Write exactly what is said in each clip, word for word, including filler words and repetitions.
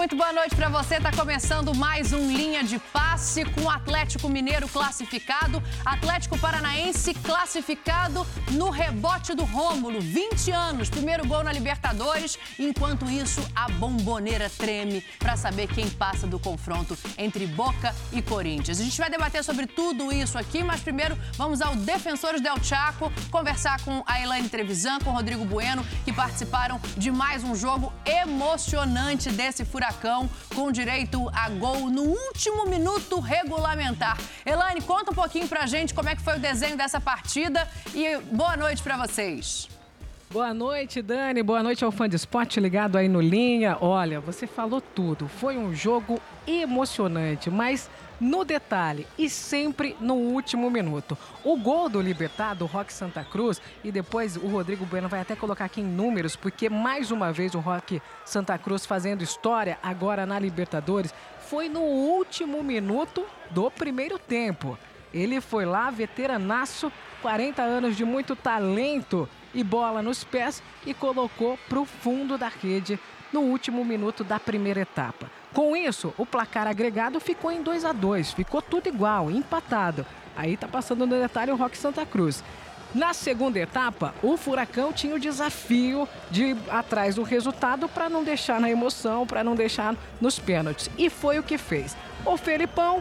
Muito boa noite para você. Está começando mais um Linha de Passe com o Atlético Mineiro classificado, Atlético Paranaense classificado no rebote do Rômulo. vinte anos, primeiro gol na Libertadores. Enquanto isso, a bomboneira treme para saber quem passa do confronto entre Boca e Corinthians. A gente vai debater sobre tudo isso aqui, mas primeiro vamos ao Defensores del Chaco, conversar com a Elaine Trevisan, com o Rodrigo Bueno, que participaram de mais um jogo emocionante desse Furacão, com direito a gol no último minuto regulamentar. Elaine, conta um pouquinho pra gente como é que foi o desenho dessa partida e boa noite pra vocês. Boa noite, Dani. Boa noite ao fã de esporte ligado aí no Linha. Olha, você falou tudo. Foi um jogo emocionante, mas no detalhe e sempre no último minuto. O gol do Libertad, do Roque Santa Cruz, e depois o Rodrigo Bueno vai até colocar aqui em números, porque mais uma vez o Roque Santa Cruz fazendo história agora na Libertadores, foi no último minuto do primeiro tempo. Ele foi lá, veteranaço, quarenta anos de muito talento e bola nos pés, e colocou para o fundo da rede no último minuto da primeira etapa. Com isso, o placar agregado ficou em dois a dois, ficou tudo igual, empatado. Aí tá passando no detalhe o Roque Santa Cruz. Na segunda etapa, o Furacão tinha o desafio de ir atrás do resultado para não deixar na emoção, para não deixar nos pênaltis. E foi o que fez. O Felipão,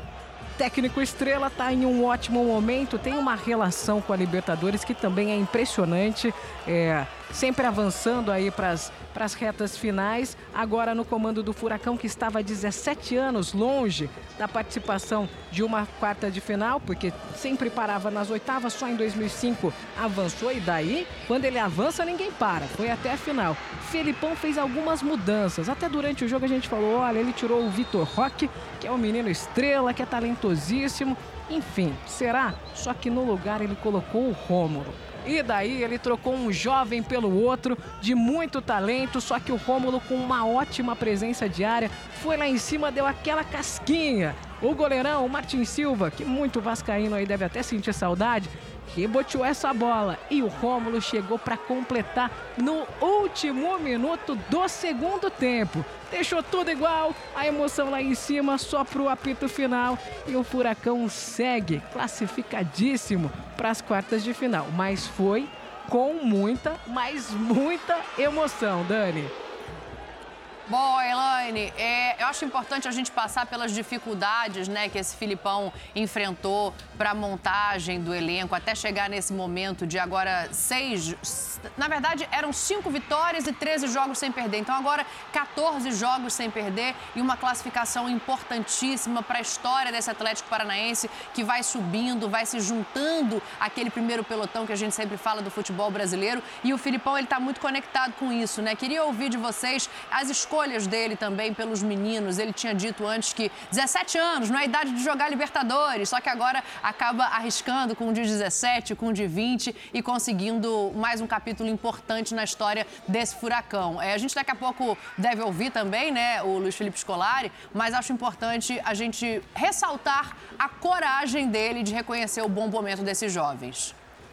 técnico estrela, está em um ótimo momento, tem uma relação com a Libertadores que também é impressionante, é, sempre avançando aí para as retas finais, agora no comando do Furacão, que estava há dezessete anos longe da participação de uma quarta de final, porque sempre parava nas oitavas, só em dois mil e cinco avançou, e daí, quando ele avança, ninguém para, foi até a final. Felipão fez algumas mudanças, até durante o jogo a gente falou, olha, ele tirou o Vitor Roque, que é um menino estrela, que é talentosíssimo, enfim, será? Só que no lugar ele colocou o Rômulo. E daí ele trocou um jovem pelo outro, de muito talento, só que o Rômulo, com uma ótima presença de área, foi lá em cima, deu aquela casquinha. O goleirão, o Martin Silva, que muito vascaíno aí deve até sentir saudade, reboteou essa bola e o Rômulo chegou para completar no último minuto do segundo tempo. Deixou tudo igual, a emoção lá em cima, só pro apito final, e o Furacão segue classificadíssimo para as quartas de final. Mas foi com muita, mas muita emoção, Dani. Bom, Elaine, é, eu acho importante a gente passar pelas dificuldades, né, que esse Filipão enfrentou para a montagem do elenco, até chegar nesse momento de agora seis... Na verdade, eram cinco vitórias e treze jogos sem perder. Então, agora, quatorze jogos sem perder e uma classificação importantíssima para a história desse Atlético Paranaense, que vai subindo, vai se juntando àquele primeiro pelotão que a gente sempre fala do futebol brasileiro. E o Filipão, ele está muito conectado com isso, né? Queria ouvir de vocês as escolhas escolhas dele também pelos meninos. Ele tinha dito antes que dezessete anos, não é a idade de jogar Libertadores, só que agora acaba arriscando com um de dezessete, com um de vinte e conseguindo mais um capítulo importante na história desse Furacão. É, a gente daqui a pouco deve ouvir também, né, o Luiz Felipe Scolari, mas acho importante a gente ressaltar a coragem dele de reconhecer o bom momento desses jovens.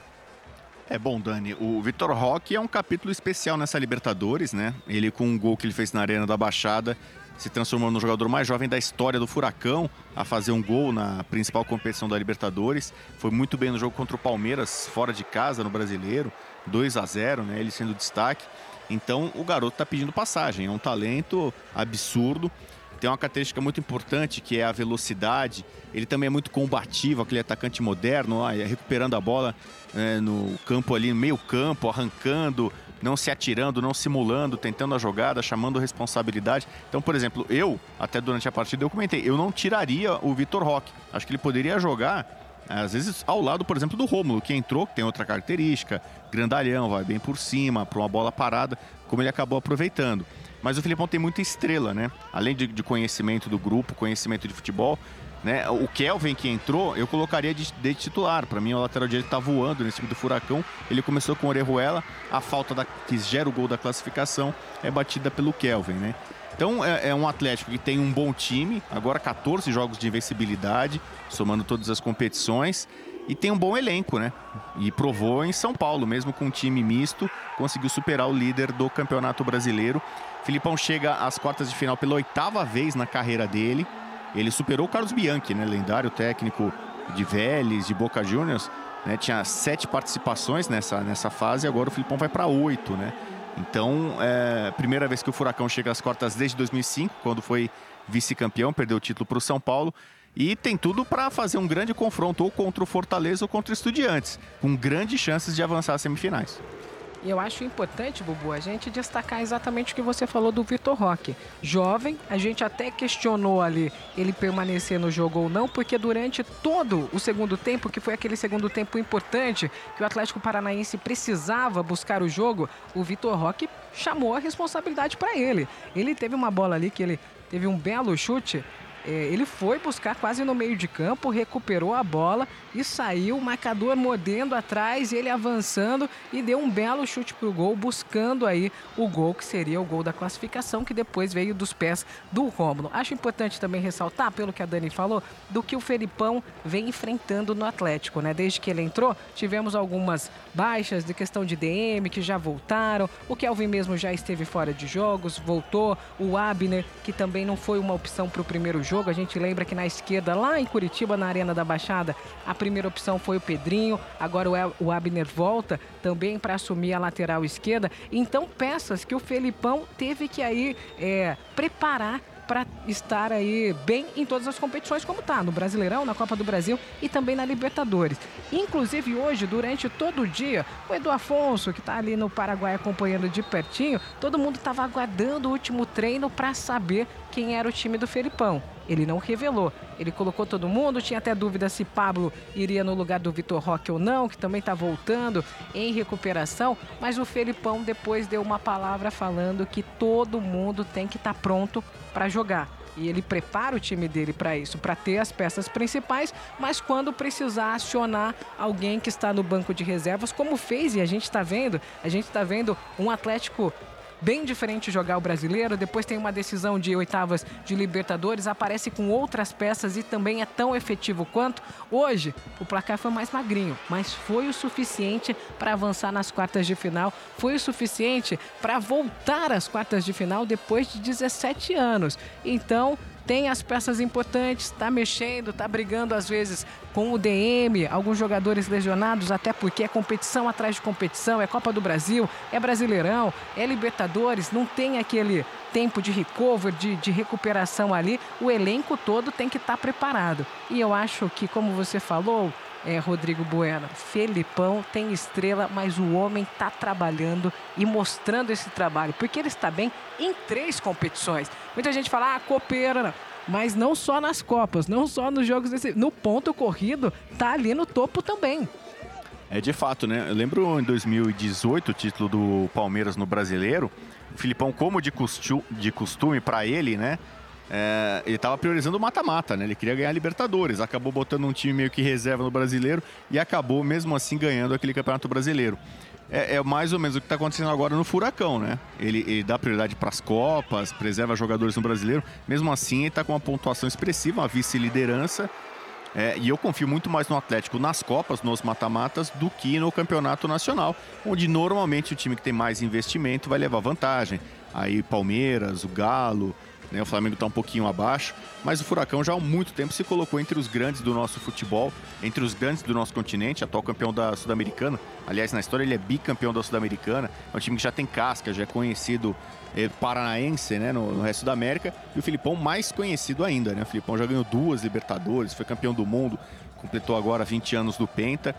É bom, Dani, o Vitor Roque é um capítulo especial nessa Libertadores, né? Ele, com um gol que ele fez na Arena da Baixada, se transformou no jogador mais jovem da história do Furacão a fazer um gol na principal competição da Libertadores. Foi muito bem no jogo contra o Palmeiras, fora de casa, no Brasileiro, dois a zero, né? Ele sendo destaque. Então, o garoto está pedindo passagem, é um talento absurdo. Tem uma característica muito importante, que é a velocidade. Ele também é muito combativo, aquele atacante moderno, ó, recuperando a bola é, no campo ali, no meio campo, arrancando, não se atirando, não simulando, tentando a jogada, chamando responsabilidade. Então, por exemplo, eu, até durante a partida, eu comentei, eu não tiraria o Vitor Roque. Acho que ele poderia jogar, às vezes, ao lado, por exemplo, do Rômulo, que entrou, que tem outra característica, grandalhão, vai bem por cima, para uma bola parada, como ele acabou aproveitando. Mas o Filipão tem muita estrela, né? Além de, de conhecimento do grupo, conhecimento de futebol, né? O Kelvin, que entrou, eu colocaria de, de titular. Para mim, o lateral direito está voando nesse time do Furacão. Ele começou com o Orejuela. A falta da, que gera o gol da classificação é batida pelo Kelvin, né? Então, é, é um Atlético que tem um bom time. Agora, quatorze jogos de invencibilidade, somando todas as competições. e tem um bom elenco, né? E provou em São Paulo, mesmo com um time misto, conseguiu superar o líder do Campeonato Brasileiro. Filipão chega às quartas de final pela oitava vez na carreira dele. Ele superou o Carlos Bianchi, né? Lendário técnico de Vélez, de Boca Juniors, né? Tinha sete participações nessa, nessa fase, agora o Filipão vai para oito, né? Então, é primeira vez que o Furacão chega às quartas desde dois mil e cinco, quando foi vice-campeão, perdeu o título para o São Paulo. E tem tudo para fazer um grande confronto ou contra o Fortaleza ou contra o Estudiantes, com grandes chances de avançar às semifinais. E eu acho importante, Bubu, a gente destacar exatamente o que você falou do Vitor Roque. Jovem, a gente até questionou ali ele permanecer no jogo ou não, porque durante todo o segundo tempo, que foi aquele segundo tempo importante, que o Atlético Paranaense precisava buscar o jogo, o Vitor Roque chamou a responsabilidade para ele. Ele teve uma bola ali que ele teve um belo chute. Ele foi buscar quase no meio de campo, recuperou a bola e saiu, o marcador mordendo atrás, ele avançando e deu um belo chute pro gol, buscando aí o gol que seria o gol da classificação, que depois veio dos pés do Rômulo. Acho importante também ressaltar, pelo que a Dani falou, do que o Felipão vem enfrentando no Atlético, né? Desde que ele entrou, tivemos algumas baixas de questão de D M que já voltaram, o Kelvin mesmo já esteve fora de jogos, voltou, o Abner, que também não foi uma opção pro primeiro jogo. Jogo. A gente lembra que na esquerda, lá em Curitiba, na Arena da Baixada, a primeira opção foi o Pedrinho, agora o Abner volta também para assumir a lateral esquerda. Então, peças que o Felipão teve que aí é, preparar para estar aí bem em todas as competições, como está no Brasileirão, na Copa do Brasil e também na Libertadores. Inclusive hoje, durante todo o dia, o Edu Afonso, que está ali no Paraguai acompanhando de pertinho, todo mundo estava aguardando o último treino para saber quem era o time do Felipão. Ele não revelou. Ele colocou todo mundo, tinha até dúvida se Pablo iria no lugar do Vitor Roque ou não, que também está voltando em recuperação, mas o Felipão depois deu uma palavra falando que todo mundo tem que estar tá pronto para jogar. E ele prepara o time dele para isso, para ter as peças principais, mas quando precisar acionar alguém que está no banco de reservas, como fez, e a gente está vendo, a gente está vendo um Atlético bem diferente jogar o Brasileiro, depois tem uma decisão de oitavas de Libertadores, aparece com outras peças e também é tão efetivo quanto. Hoje, o placar foi mais magrinho, mas foi o suficiente para avançar nas quartas de final, foi o suficiente para voltar às quartas de final depois de dezessete anos. Então, tem as peças importantes, está mexendo, está brigando às vezes com o D M, alguns jogadores lesionados, até porque é competição atrás de competição, é Copa do Brasil, é Brasileirão, é Libertadores, não tem aquele tempo de recover, de, de recuperação ali, o elenco todo tem que estar preparado. E eu acho que, como você falou, É, Rodrigo Bueno, Felipão tem estrela, mas o homem está trabalhando e mostrando esse trabalho, porque ele está bem em três competições. Muita gente fala, ah, copeira, mas não só nas Copas, não só nos jogos desse... No ponto corrido, tá ali no topo também. É de fato, né? Eu lembro em dois mil e dezoito, o título do Palmeiras no Brasileiro, o Filipão, como de, costu... de costume para ele, né? É, ele estava priorizando o mata-mata, né? Ele queria ganhar a Libertadores, acabou botando um time meio que reserva no Brasileiro e acabou mesmo assim ganhando aquele Campeonato Brasileiro. É, é mais ou menos o que está acontecendo agora no Furacão, né? Ele, ele dá prioridade para as Copas, preserva jogadores no Brasileiro, mesmo assim ele está com uma pontuação expressiva, uma vice-liderança. É, e eu confio muito mais no Atlético nas Copas, nos mata-matas, do que no Campeonato Nacional, onde normalmente o time que tem mais investimento vai levar vantagem. Aí Palmeiras, o Galo... O Flamengo está um pouquinho abaixo, mas o Furacão já há muito tempo se colocou entre os grandes do nosso futebol, entre os grandes do nosso continente, atual campeão da Sul-Americana. Aliás, na história ele é bicampeão da Sul-Americana, é um time que já tem casca, já é conhecido é, paranaense, né, no, no resto da América, e o Filipão mais conhecido ainda, né? O Filipão já ganhou duas Libertadores, foi campeão do mundo, completou agora vinte anos do Penta.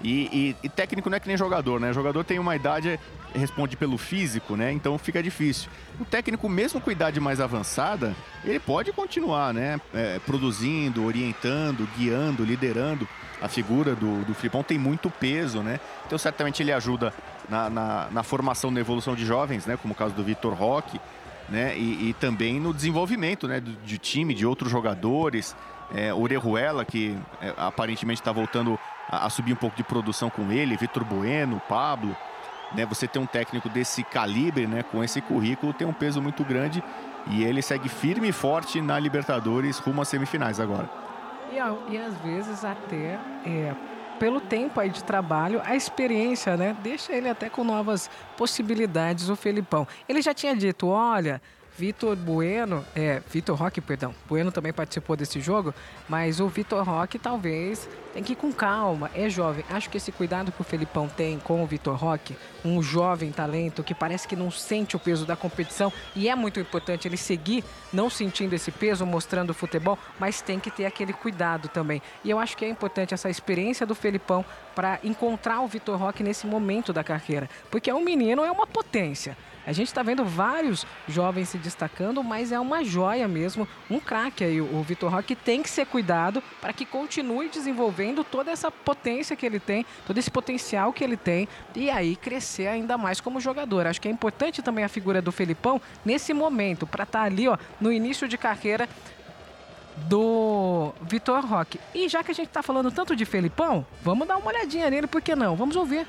E, e, e técnico não é que nem jogador, né? O jogador tem uma idade, responde pelo físico, né? Então fica difícil. O técnico, mesmo com idade mais avançada, ele pode continuar, né? É, produzindo, orientando, guiando, liderando. A figura do, do Filipão tem muito peso, né? Então certamente ele ajuda na, na, na formação, na evolução de jovens, né? Como o caso do Vitor Roque, né? E, e também no desenvolvimento, né? Do, de time, de outros jogadores. É, Orejuela, que é, aparentemente está voltando a, a subir um pouco de produção com ele, Vitor Bueno, Pablo, né? Você ter um técnico desse calibre, né? Com esse currículo, tem um peso muito grande e ele segue firme e forte na Libertadores rumo às semifinais agora. E, e às vezes até é, pelo tempo aí de trabalho, a experiência, né? Deixa ele até com novas possibilidades, o Felipão. Ele já tinha dito, olha... Vitor Bueno, é, Vitor Roque, perdão, Bueno também participou desse jogo, mas o Vitor Roque talvez tem que ir com calma, é jovem. Acho que esse cuidado que o Felipão tem com o Vitor Roque, um jovem talento que parece que não sente o peso da competição, e é muito importante ele seguir não sentindo esse peso, mostrando o futebol, mas tem que ter aquele cuidado também. E eu acho que é importante essa experiência do Felipão para encontrar o Vitor Roque nesse momento da carreira, porque é um menino, é uma potência. A gente está vendo vários jovens se destacando, mas é uma joia mesmo, um craque aí. O Vitor Roque tem que ser cuidado para que continue desenvolvendo toda essa potência que ele tem, todo esse potencial que ele tem e aí crescer ainda mais como jogador. Acho que é importante também a figura do Felipão nesse momento, para estar ali ó, no início de carreira do Vitor Roque. E já que a gente está falando tanto de Felipão, vamos dar uma olhadinha nele, por que não? Vamos ouvir.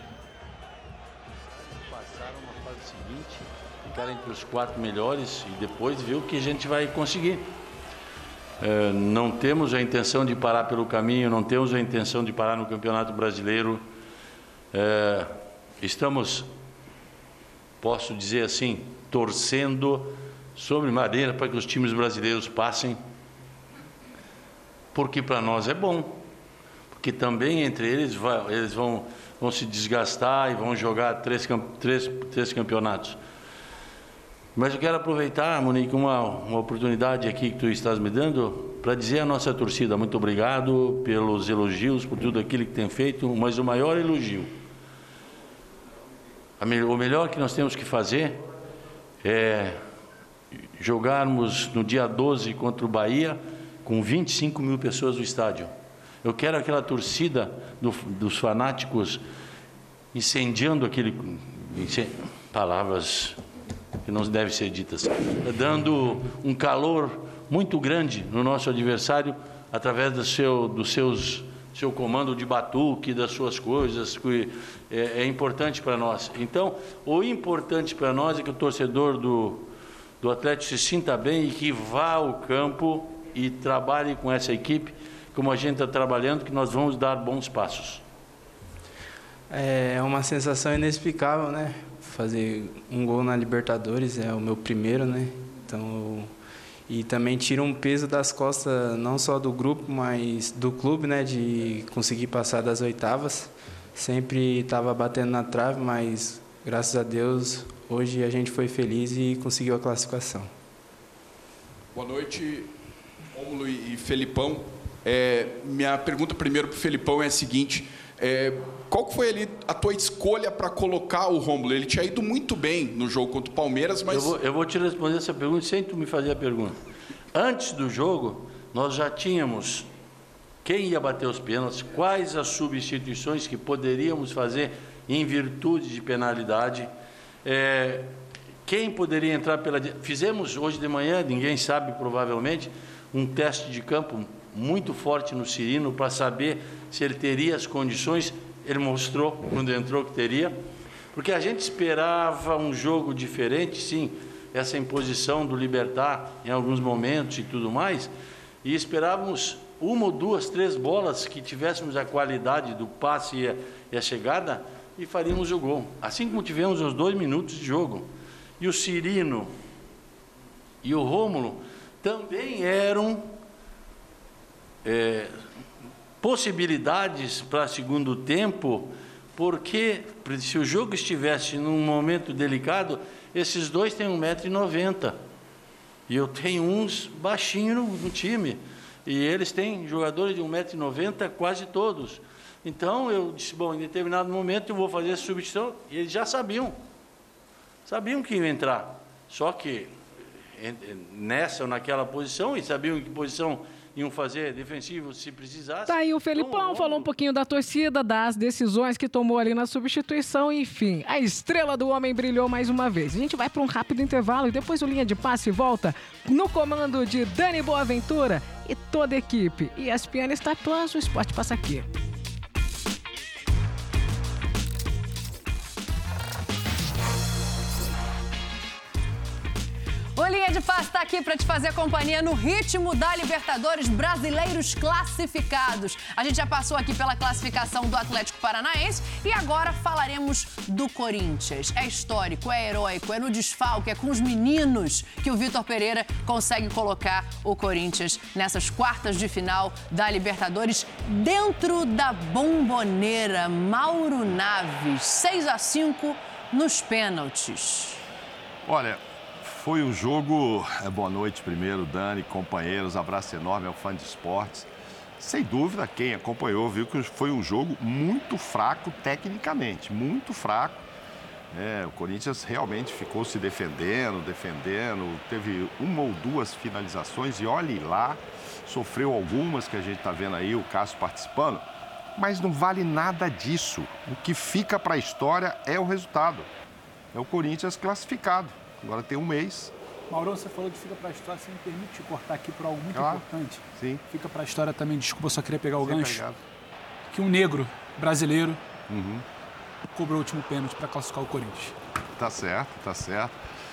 Ficar entre os quatro melhores e depois ver o que a gente vai conseguir. É, não temos a intenção de parar pelo caminho, não temos a intenção de parar no Campeonato Brasileiro. É, estamos, posso dizer assim, torcendo sobre madeira para que os times brasileiros passem, porque para nós é bom, porque também entre eles, vai, eles vão, vão se desgastar e vão jogar três, três, três campeonatos. Mas eu quero aproveitar, Monique, uma, uma oportunidade aqui que tu estás me dando para dizer à nossa torcida muito obrigado pelos elogios, por tudo aquilo que tem feito, mas o maior elogio, a me, o melhor que nós temos que fazer é jogarmos no dia doze contra o Bahia com vinte e cinco mil pessoas no estádio. Eu quero aquela torcida do, dos fanáticos incendiando aquele... Incend... Palavras... que não devem ser ditas, dando um calor muito grande no nosso adversário através do seu, do seus, seu comando de batuque, das suas coisas, que é, é importante para nós. Então, o importante para nós é que o torcedor do, do Atlético se sinta bem e que vá ao campo e trabalhe com essa equipe, como a gente está trabalhando, que nós vamos dar bons passos. É uma sensação inexplicável, né? Fazer um gol na Libertadores é o meu primeiro, né? Então, e também tira um peso das costas, não só do grupo, mas do clube, né? De conseguir passar das oitavas. Sempre estava batendo na trave, mas graças a Deus hoje a gente foi feliz e conseguiu a classificação. Boa noite, Rômulo e Felipão. É, minha pergunta primeiro para o Felipão é a seguinte: é, qual foi ali a tua escolha para colocar o Rômulo? Ele tinha ido muito bem no jogo contra o Palmeiras, mas... Eu vou, eu vou te responder essa pergunta sem tu me fazer a pergunta. Antes do jogo, nós já tínhamos quem ia bater os pênaltis, quais as substituições que poderíamos fazer em virtude de penalidade, é, quem poderia entrar pela... Fizemos hoje de manhã, ninguém sabe provavelmente, um teste de campo muito forte no Cirino para saber se ele teria as condições. Ele mostrou quando entrou que teria, porque a gente esperava um jogo diferente, sim, essa imposição do Libertad em alguns momentos e tudo mais, e esperávamos uma ou duas, três bolas que tivéssemos a qualidade do passe e a, e a chegada e faríamos o gol. Assim como tivemos os dois minutos de jogo. E o Cirino e o Rômulo também eram é, possibilidades para segundo tempo, porque se o jogo estivesse num momento delicado, esses dois têm um metro e noventa e eu tenho uns baixinhos no, no time, e eles têm jogadores de um metro e noventa quase todos. Então eu disse, bom, em determinado momento eu vou fazer essa substituição, e eles já sabiam, sabiam que iam entrar, só que nessa ou naquela posição, e sabiam em que posição iam fazer defensivo se precisasse. Tá aí o Felipão, então, falou um pouquinho da torcida, das decisões que tomou ali na substituição, enfim, a estrela do homem brilhou mais uma vez. A gente vai para um rápido intervalo e depois o Linha de Passe volta no comando de Dani Boaventura e toda a equipe. E E S P N Star Plus, o esporte passa aqui. O Linha Linha de Passe está aqui para te fazer companhia no ritmo da Libertadores, brasileiros classificados. A gente já passou aqui pela classificação do Atlético Paranaense e agora falaremos do Corinthians. É histórico, é heróico, é no desfalque, é com os meninos que o Vitor Pereira consegue colocar o Corinthians nessas quartas de final da Libertadores dentro da Bomboneira. Mauro Naves, seis a cinco nos pênaltis. Olha, foi um jogo... Boa noite primeiro, Dani, companheiros, abraço enorme ao fã de esportes. Sem dúvida, quem acompanhou viu que foi um jogo muito fraco tecnicamente, muito fraco. É, o Corinthians realmente ficou se defendendo, defendendo, teve uma ou duas finalizações e olhe lá, sofreu algumas que a gente está vendo aí, o Cássio participando, mas não vale nada disso. O que fica para a história é o resultado. É o Corinthians classificado. Agora tem um mês. Mauro, você falou de fica para a história, você me permite te cortar aqui por algo muito claro, importante. Sim. Fica para a história também, desculpa, eu só queria pegar o Sim, gancho. pegado. Que um negro brasileiro uhum. cobrou o último pênalti para classificar o Corinthians. Tá certo, tá certo.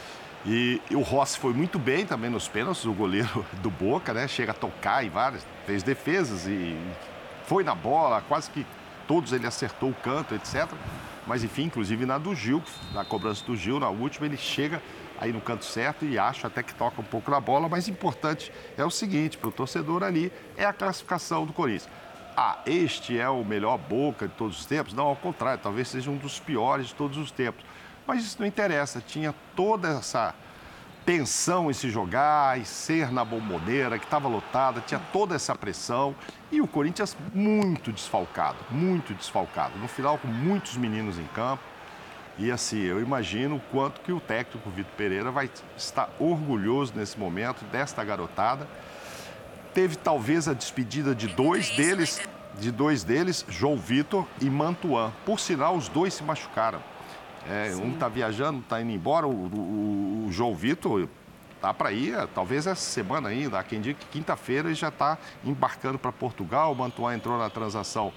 E, e o Rossi foi muito bem também nos pênaltis, o goleiro do Boca, né? Chega a tocar em várias, fez defesas e foi na bola, quase que todos ele acertou o canto, etcétera. Mas, enfim, inclusive na do Gil, na cobrança do Gil, na última, ele chega aí no canto certo e acho até que toca um pouco na bola. Mas importante é o seguinte, para o torcedor ali, é a classificação do Corinthians. Ah, este é o melhor Boca de todos os tempos? Não, ao contrário, talvez seja um dos piores de todos os tempos. Mas isso não interessa, tinha toda essa tensão em se jogar, em ser na Bomboneira, que estava lotada, tinha toda essa pressão. E o Corinthians muito desfalcado, muito desfalcado. No final, com muitos meninos em campo. E assim, eu imagino o quanto que o técnico Vitor Pereira vai estar orgulhoso nesse momento desta garotada. Teve talvez a despedida de dois deles, de dois deles, João Vitor e Mantuan. Por sinal, os dois se machucaram. É, um está viajando, está indo embora. O, o, o João Vitor tá para ir, talvez essa semana ainda. Há quem diga que quinta-feira ele já está embarcando para Portugal. O Mantuan entrou na transação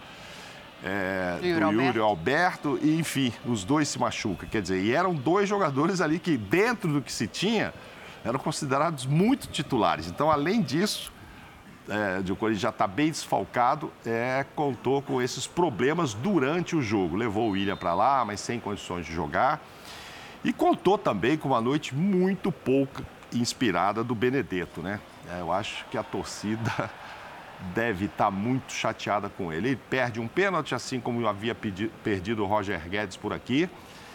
é, do Yuri Alberto. Alberto. E, enfim, os dois se machucam. Quer dizer, e eram dois jogadores ali que, dentro do que se tinha, eram considerados muito titulares. Então, além disso, é, o Corinthians já está bem desfalcado, é, contou com esses problemas durante o jogo. Levou o William para lá, mas sem condições de jogar. E contou também com uma noite muito pouco inspirada do Benedetto, né? É, eu acho que a torcida deve estar muito chateada com ele. Ele perde um pênalti, assim como havia pedi, perdido o Roger Guedes por aqui.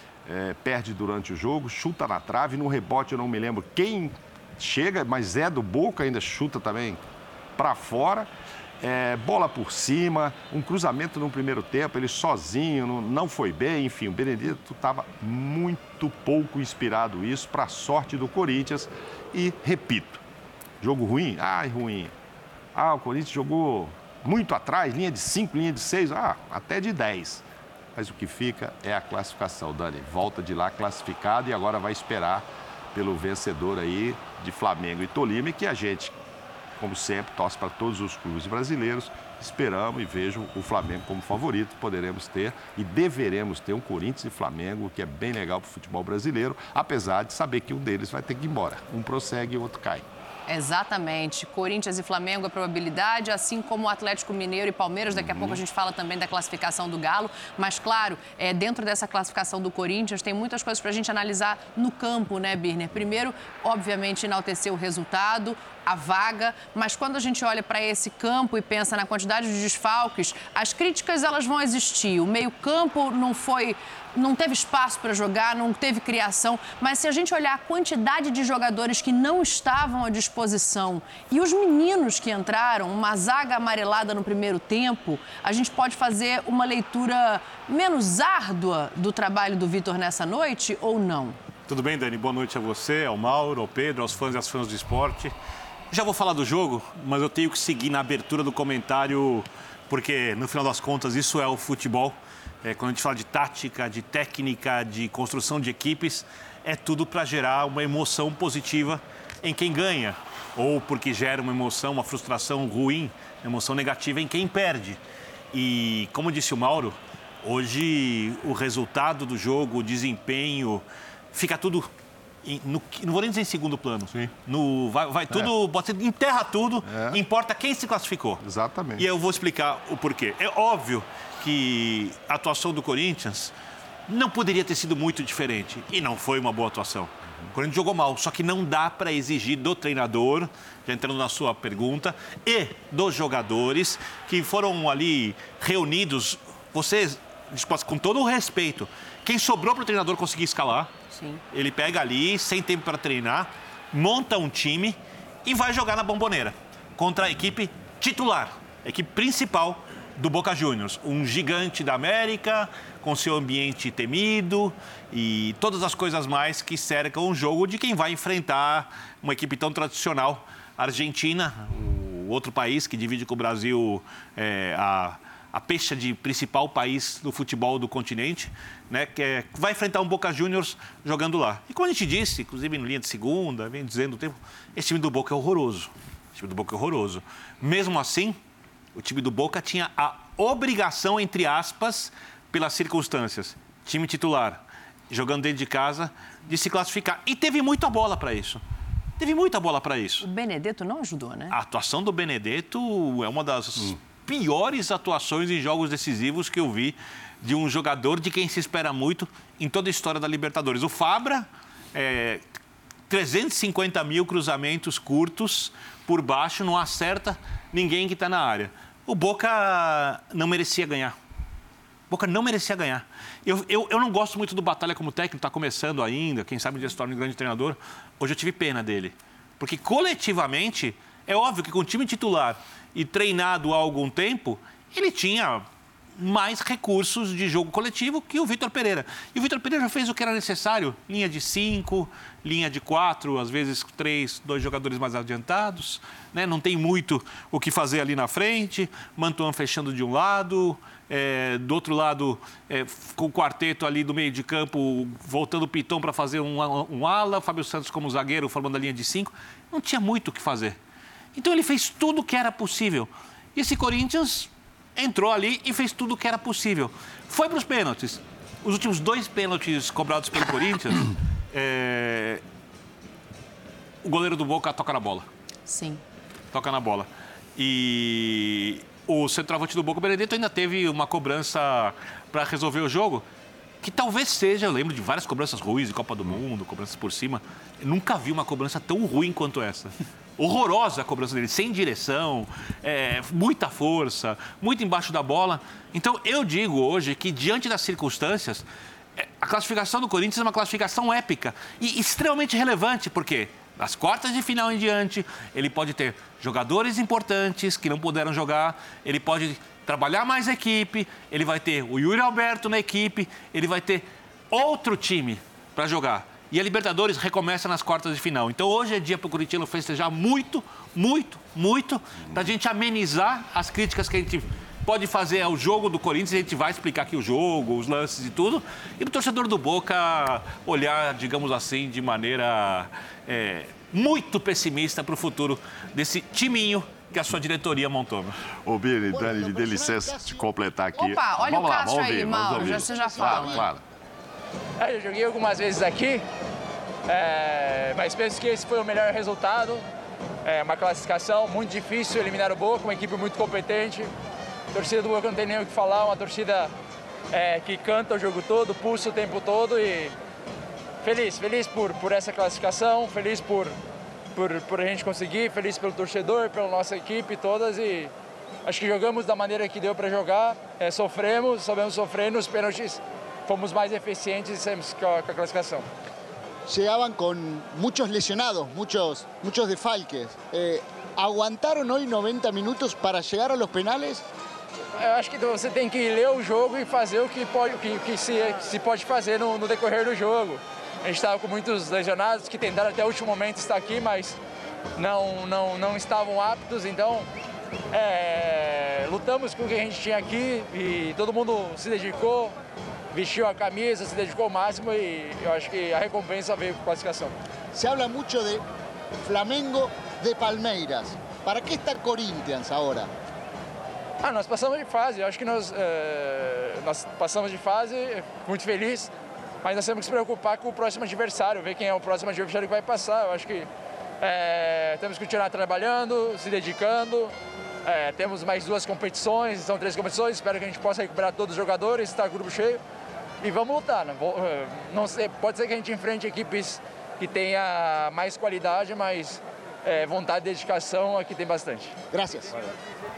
É, perde durante o jogo, chuta na trave. No rebote eu não me lembro quem chega, mas é do Boca, ainda chuta também para fora, é, bola por cima, um cruzamento no primeiro tempo, ele sozinho, não, não foi bem, enfim, o Benedetto estava muito pouco inspirado isso, para a sorte do Corinthians. E, repito, jogo ruim? Ai, ruim. Ah, o Corinthians jogou muito atrás, linha de cinco, linha de seis, ah, até de dez. Mas o que fica é a classificação, Dani. Volta de lá classificado e agora vai esperar pelo vencedor aí de Flamengo e Tolima, que a gente, como sempre, torce para todos os clubes brasileiros. Esperamos e vejo o Flamengo como favorito. Poderemos ter e deveremos ter um Corinthians e Flamengo, que é bem legal para o futebol brasileiro, apesar de saber que um deles vai ter que ir embora. Um prossegue e o outro cai. Exatamente. Corinthians e Flamengo, a probabilidade, assim como o Atlético Mineiro e Palmeiras. Daqui a pouco a gente fala também da classificação do Galo. Mas, claro, é, dentro dessa classificação do Corinthians, tem muitas coisas para a gente analisar no campo, né, Birner? Primeiro, obviamente, enaltecer o resultado, a vaga, mas quando a gente olha para esse campo e pensa na quantidade de desfalques, as críticas elas vão existir. O meio-campo não foi, não teve espaço para jogar, não teve criação, mas se a gente olhar a quantidade de jogadores que não estavam à disposição e os meninos que entraram, uma zaga amarelada no primeiro tempo, a gente pode fazer uma leitura menos árdua do trabalho do Vitor nessa noite ou não? Tudo bem, Dani? Boa noite a você, ao Mauro, ao Pedro, aos fãs e às fãs do esporte. Já vou falar do jogo, mas eu tenho que seguir na abertura do comentário, porque, no final das contas, isso é o futebol. É, quando a gente fala de tática, de técnica, de construção de equipes, é tudo para gerar uma emoção positiva em quem ganha, ou porque gera uma emoção, uma frustração ruim, emoção negativa em quem perde. E, como disse o Mauro, hoje o resultado do jogo, o desempenho, fica tudo E no, não vou nem dizer em segundo plano. Sim. No, vai, vai tudo, é. Você enterra tudo, é. Importa quem se classificou. Exatamente. E eu vou explicar o porquê. É óbvio que a atuação do Corinthians não poderia ter sido muito diferente. E não foi uma boa atuação. O Corinthians jogou mal, só que não dá para exigir do treinador, já entrando na sua pergunta, e dos jogadores que foram ali reunidos. Vocês, com todo o respeito, quem sobrou para o treinador conseguir escalar, sim, ele pega ali, sem tempo para treinar, monta um time e vai jogar na Bomboneira contra a equipe titular, a equipe principal do Boca Juniors, um gigante da América, com seu ambiente temido e todas as coisas mais que cercam um jogo de quem vai enfrentar uma equipe tão tradicional, a Argentina, o outro país que divide com o Brasil é, a, a pecha de principal país do futebol do continente, né, que é, vai enfrentar um Boca Juniors jogando lá. E como a gente disse, inclusive no Linha de Segunda, vem dizendo o tempo, esse time do Boca é horroroso. Esse time do Boca é horroroso. Mesmo assim, o time do Boca tinha a obrigação, entre aspas, pelas circunstâncias, time titular, jogando dentro de casa, de se classificar. E teve muita bola para isso. Teve muita bola para isso. O Benedetto não ajudou, né? A atuação do Benedetto é uma das hum. piores atuações em jogos decisivos que eu vi de um jogador de quem se espera muito em toda a história da Libertadores. O Fabra, é, trezentos e cinquenta mil cruzamentos curtos por baixo, não acerta ninguém que está na área. O Boca não merecia ganhar. O Boca não merecia ganhar. Eu, eu, eu não gosto muito do Batalha como técnico, está começando ainda, quem sabe um dia se torna um grande treinador. Hoje eu tive pena dele. Porque coletivamente, é óbvio que com o time titular e treinado há algum tempo, ele tinha mais recursos de jogo coletivo que o Vitor Pereira. E o Vitor Pereira já fez o que era necessário, linha de cinco, linha de quatro, às vezes três, dois jogadores mais adiantados, né? Não tem muito o que fazer ali na frente, Mantuan fechando de um lado, é, do outro lado, é, com o quarteto ali do meio de campo, voltando o Piton para fazer um, um ala, Fábio Santos como zagueiro, formando a linha de cinco, não tinha muito o que fazer. Então ele fez tudo o que era possível. E esse Corinthians entrou ali e fez tudo o que era possível. Foi para os pênaltis. Os últimos dois pênaltis cobrados pelo Corinthians, é... o goleiro do Boca toca na bola. Sim. Toca na bola. E o centroavante do Boca, o Benedetto, ainda teve uma cobrança para resolver o jogo, que talvez seja, eu lembro de várias cobranças ruins de Copa do Mundo, cobranças por cima. Eu nunca vi uma cobrança tão ruim quanto essa. Horrorosa a cobrança dele, sem direção, é, muita força, muito embaixo da bola. Então, eu digo hoje que, diante das circunstâncias, a classificação do Corinthians é uma classificação épica e extremamente relevante, porque das quartas de final em diante, ele pode ter jogadores importantes que não puderam jogar, ele pode trabalhar mais a equipe, ele vai ter o Yuri Alberto na equipe, ele vai ter outro time para jogar. E a Libertadores recomeça nas quartas de final. Então, hoje é dia para o corintiano festejar muito, muito, muito, para a gente amenizar as críticas que a gente pode fazer ao jogo do Corinthians. A gente vai explicar aqui o jogo, os lances e tudo. E para o torcedor do Boca olhar, digamos assim, de maneira é, muito pessimista para o futuro desse timinho que a sua diretoria montou. Ô, Bini, Dani, me dê licença de completar aqui. Opa, olha vamos o lá, Cássio vamos aí, ouvir, Mauro, já, você já fala. Claro, claro. É, eu joguei algumas vezes aqui, é, mas penso que esse foi o melhor resultado. É uma classificação muito difícil, eliminar o Boca, uma equipe muito competente. A torcida do Boca não tem nem o que falar, uma torcida é, que canta o jogo todo, pulsa o tempo todo e feliz, feliz por, por essa classificação, feliz por, por, por a gente conseguir, feliz pelo torcedor, pela nossa equipe todas e acho que jogamos da maneira que deu para jogar, é, sofremos, sabemos sofrer nos pênaltis. Fomos mais eficientes com a clasificação. Llegaban con muchos lesionados, muchos, muchos desfalques. Eh, ¿Aguantaron hoy noventa minutos para llegar a los penales? Eu acho que você tem que ler o jogo e fazer o que, pode, o que, que se, se pode fazer no, no decorrer do jogo. A gente estava com muitos lesionados que tentaram até o último momento estar aqui, mas não, não, não estavam aptos, então é, lutamos com o que a gente tinha aqui e todo mundo se dedicou. Vestiu a camisa, se dedicou ao máximo e eu acho que a recompensa veio com a classificação. Se habla mucho de Flamengo de Palmeiras. ¿Para qué está Corinthians agora? Ah, nós passamos de fase. Eu acho que nós, é, nós passamos de fase, muito feliz. mas nós temos que se preocupar com o próximo adversário, ver quem é o próximo adversário que vai passar. Eu acho que é, temos que continuar trabalhando, se dedicando. É, temos mais duas competições, são três competições, espero que a gente possa recuperar todos os jogadores, estar com o grupo cheio e vamos lutar. Né? Não sei, pode ser que a gente enfrente equipes que tenha mais qualidade, mas é, vontade e dedicação aqui tem bastante. Graças. Valeu.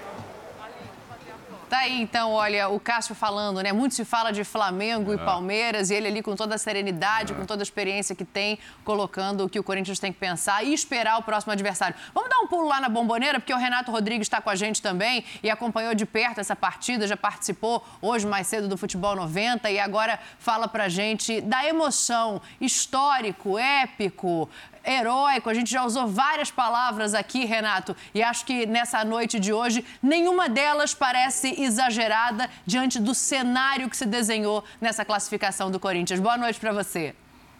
Tá aí, então, olha, o Cássio falando, né? Muito se fala de Flamengo é. e Palmeiras, e ele ali com toda a serenidade, é. com toda a experiência que tem, colocando o que o Corinthians tem que pensar e esperar o próximo adversário. Vamos dar um pulo lá na Bomboneira, porque o Renato Rodrigues está com a gente também e acompanhou de perto essa partida, já participou hoje mais cedo do Futebol noventa e agora fala pra gente da emoção, histórico, épico, heróico. A gente já usou várias palavras aqui, Renato, e acho que nessa noite de hoje nenhuma delas parece exagerada diante do cenário que se desenhou nessa classificação do Corinthians. Boa noite para você.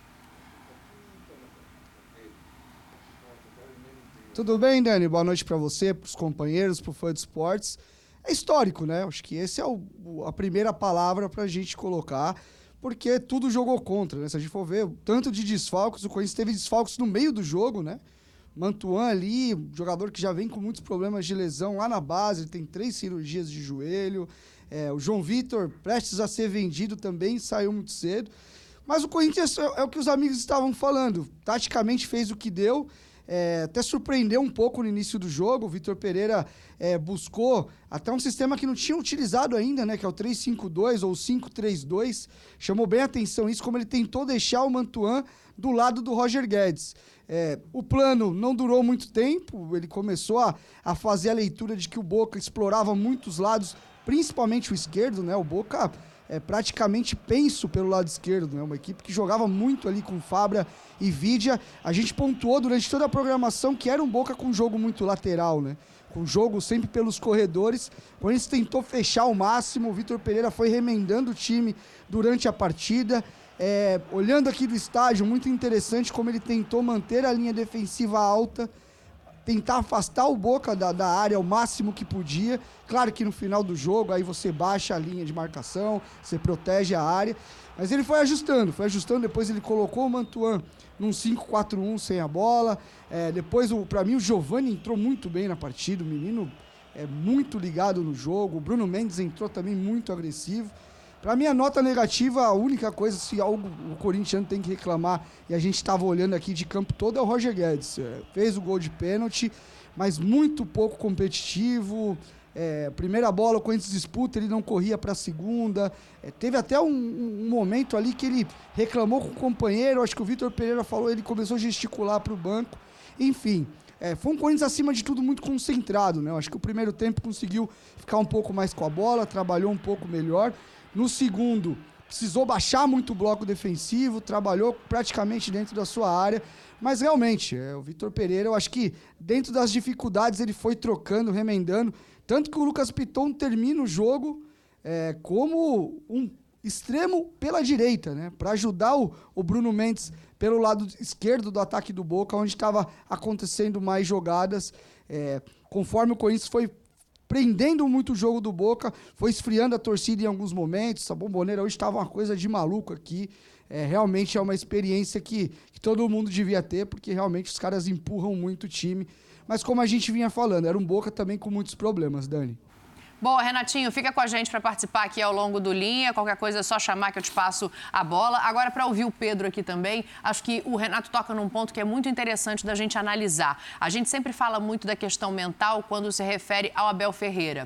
Tudo bem, Dani? Boa noite para você, para os companheiros, para o Fã de Esportes. É histórico, né? Acho que essa é o, a primeira palavra para a gente colocar, porque tudo jogou contra, né? Se a gente for ver, tanto de desfalques, o Corinthians teve desfalques no meio do jogo, né? Mantuan ali, jogador que já vem com muitos problemas de lesão lá na base, ele tem três cirurgias de joelho. É, o João Vitor, prestes a ser vendido também, saiu muito cedo. Mas o Corinthians é, é o que os amigos estavam falando. Taticamente fez o que deu, é, até surpreendeu um pouco no início do jogo. O Vitor Pereira é, buscou até um sistema que não tinha utilizado ainda, né, que é o três cinco dois ou cinco três dois. Chamou bem a atenção isso, como ele tentou deixar o Mantuan do lado do Roger Guedes. É, o plano não durou muito tempo, ele começou a, a fazer a leitura de que o Boca explorava muitos lados, principalmente o esquerdo, né? O Boca é praticamente penso pelo lado esquerdo, né? Uma equipe que jogava muito ali com Fabra e Vidia. A gente pontuou durante toda a programação que era um Boca com jogo muito lateral, né? Com jogo sempre pelos corredores. Quando ele tentou fechar ao máximo, o Vitor Pereira foi remendando o time durante a partida. É, olhando aqui do estádio, muito interessante como ele tentou manter a linha defensiva alta, tentar afastar o Boca da, da área ao máximo que podia. Claro que no final do jogo, aí você baixa a linha de marcação, você protege a área, mas ele foi ajustando, foi ajustando, depois ele colocou o Mantuan num cinco quatro um sem a bola. É, depois, para mim, o Giovani entrou muito bem na partida, o menino é muito ligado no jogo, o Bruno Mendes entrou também muito agressivo. Para mim, a nota negativa, a única coisa, se algo o corintiano tem que reclamar, e a gente estava olhando aqui de campo todo, é o Roger Guedes. É, fez o gol de pênalti, mas muito pouco competitivo. É, primeira bola, o Corinthians disputa, ele não corria para a segunda. É, teve até um, um momento ali que ele reclamou com o companheiro, acho que o Vitor Pereira falou, ele começou a gesticular para o banco. Enfim, é, foi um Corinthians, acima de tudo, muito concentrado, né? Eu acho que o primeiro tempo conseguiu ficar um pouco mais com a bola, trabalhou um pouco melhor. No segundo, precisou baixar muito o bloco defensivo, trabalhou praticamente dentro da sua área, mas realmente, é, o Vitor Pereira, eu acho que dentro das dificuldades ele foi trocando, remendando, tanto que o Lucas Piton termina o jogo é, como um extremo pela direita, né, para ajudar o, o Bruno Mendes pelo lado esquerdo do ataque do Boca, onde estava acontecendo mais jogadas, é, conforme o Corinthians foi prendendo muito o jogo do Boca, foi esfriando a torcida em alguns momentos. A Bomboneira hoje estava uma coisa de maluco aqui. É, realmente é uma experiência que, que todo mundo devia ter, porque realmente os caras empurram muito o time. Mas como a gente vinha falando, era um Boca também com muitos problemas, Dani. Boa, Renatinho, fica com a gente para participar aqui ao longo do Linha. Qualquer coisa é só chamar que eu te passo a bola. Agora, para ouvir o Pedro aqui também, acho que o Renato toca num ponto que é muito interessante da gente analisar. A gente sempre fala muito da questão mental quando se refere ao Abel Ferreira.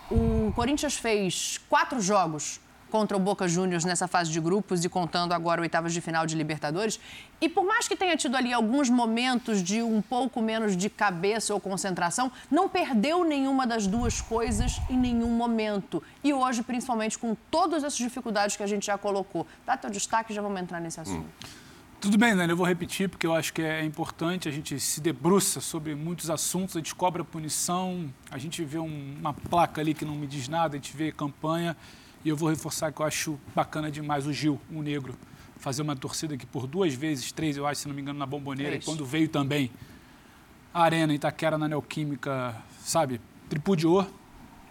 O Corinthians fez quatro jogos contra o Boca Juniors nessa fase de grupos e contando agora oitavas de final de Libertadores. E por mais que tenha tido ali alguns momentos de um pouco menos de cabeça ou concentração, não perdeu nenhuma das duas coisas em nenhum momento. E hoje, principalmente, com todas essas dificuldades que a gente já colocou. Dá teu destaque e já vamos entrar nesse assunto. Hum. Tudo bem, Dani, eu vou repetir porque eu acho que é importante, a gente se debruça sobre muitos assuntos, a gente cobra punição, a gente vê um, uma placa ali que não me diz nada, a gente vê campanha. E eu vou reforçar que eu acho bacana demais o Gil, um negro, fazer uma torcida que por duas vezes, três, eu acho, se não me engano, na Bomboneira, é e quando veio também a Arena Itaquera na Neoquímica, sabe, tripudiou,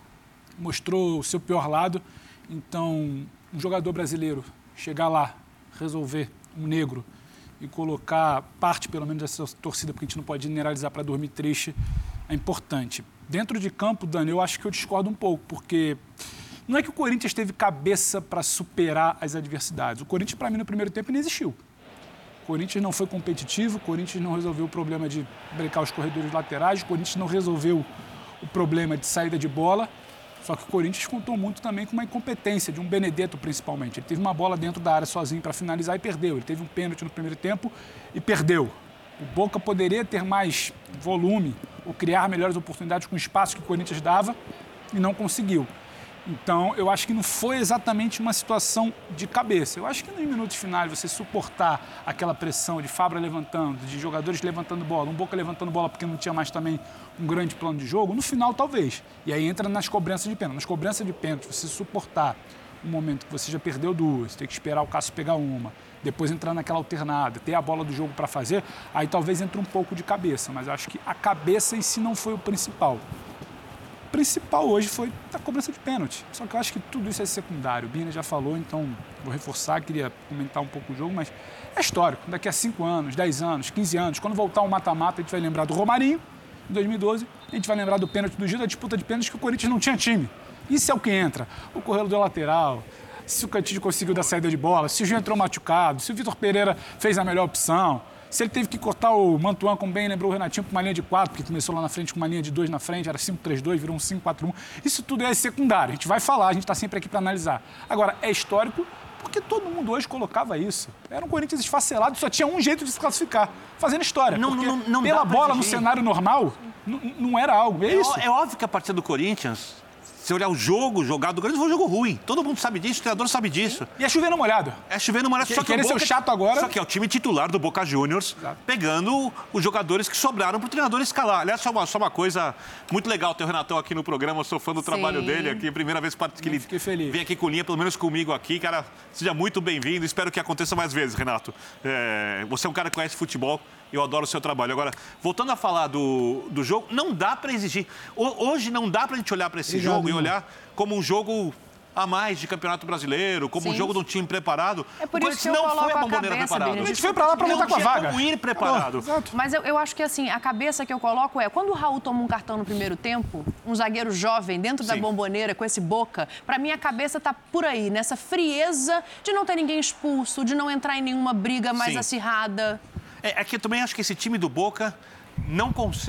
mostrou o seu pior lado. Então, um jogador brasileiro chegar lá, resolver um negro e colocar parte, pelo menos, dessa torcida, porque a gente não pode generalizar para dormir triste, é importante. Dentro de campo, Dani, eu acho que eu discordo um pouco, porque não é que o Corinthians teve cabeça para superar as adversidades. O Corinthians, para mim, no primeiro tempo, não existiu. O Corinthians não foi competitivo, o Corinthians não resolveu o problema de brecar os corredores laterais, o Corinthians não resolveu o problema de saída de bola. Só que o Corinthians contou muito também com uma incompetência, de um Benedetto principalmente. Ele teve uma bola dentro da área sozinho para finalizar e perdeu. Ele teve um pênalti no primeiro tempo e perdeu. O Boca poderia ter mais volume ou criar melhores oportunidades com o espaço que o Corinthians dava e não conseguiu. Então, eu acho que não foi exatamente uma situação de cabeça. Eu acho que nos minutos finais você suportar aquela pressão de Fabra levantando, de jogadores levantando bola, um Boca levantando bola porque não tinha mais também um grande plano de jogo, no final talvez. E aí entra nas cobranças de pênalti. Nas cobranças de pênalti, você suportar um momento que você já perdeu duas, ter que esperar o Cássio pegar uma, depois entrar naquela alternada, ter a bola do jogo para fazer, aí talvez entre um pouco de cabeça. Mas eu acho que a cabeça em si não foi o principal. O principal hoje foi a cobrança de pênalti. Só que eu acho que tudo isso é secundário. O Bina já falou, então vou reforçar, queria comentar um pouco o jogo, mas é histórico. Daqui a cinco anos, dez anos, quinze anos, quando voltar o mata-mata, a gente vai lembrar do Romarinho, em dois mil e doze, a gente vai lembrar do pênalti do Gil, da disputa de pênalti que o Corinthians não tinha time. Isso é o que entra. O corredor lateral, se o Cantillo conseguiu dar saída de bola, se o Gil entrou machucado, se o Vitor Pereira fez a melhor opção, se ele teve que cortar o Mantuan, como bem lembrou o Renatinho, com uma linha de quatro, porque começou lá na frente com uma linha de dois na frente, era cinco três dois, virou um cinco quatro um. Isso tudo é secundário, a gente vai falar, a gente está sempre aqui para analisar. Agora, é histórico porque todo mundo hoje colocava isso. Era um Corinthians esfacelado, só tinha um jeito de se classificar, fazendo história. Não, porque não, não pela dá pra bola exigir. no cenário normal, não era algo, é, É, isso. é óbvio que a partida do Corinthians, se olhar o jogo jogado do Corinthians, foi um jogo ruim. Todo mundo sabe disso, o treinador sabe disso. E é chovendo molhado. É chovendo molhado. Que- Só que querer o Boca, ser o chato agora. Só que é o time titular do Boca Juniors, pegando os jogadores que sobraram para o treinador escalar. Aliás, só uma, só uma coisa muito legal ter o Renatão aqui no programa. Eu sou fã do Sim. trabalho dele aqui. Primeira vez que ele vem aqui com linha, pelo menos comigo aqui. Cara, seja muito bem-vindo. Espero que aconteça mais vezes, Renato. É, você é um cara que conhece futebol. Eu adoro o seu trabalho. Agora, voltando a falar do, do jogo, não dá para exigir. O- Hoje não dá para a gente olhar para esse Obrigado, jogo e irmão. olhar como um jogo a mais de Campeonato Brasileiro, como um Sim. jogo de um time preparado. É por O isso que Corinthians eu não coloco foi a a Bomboneira cabeça, preparado. Bini. A gente foi pra lá pra lutar com a Não tinha vaga. como ir preparado. Mas eu, eu acho que, assim, a cabeça que eu coloco é... Quando o Raul toma um cartão no primeiro tempo, um zagueiro jovem dentro da Sim. Bomboneira, com esse Boca, pra mim a cabeça tá por aí, nessa frieza de não ter ninguém expulso, de não entrar em nenhuma briga mais Sim. acirrada. É, é que eu também acho que esse time do Boca não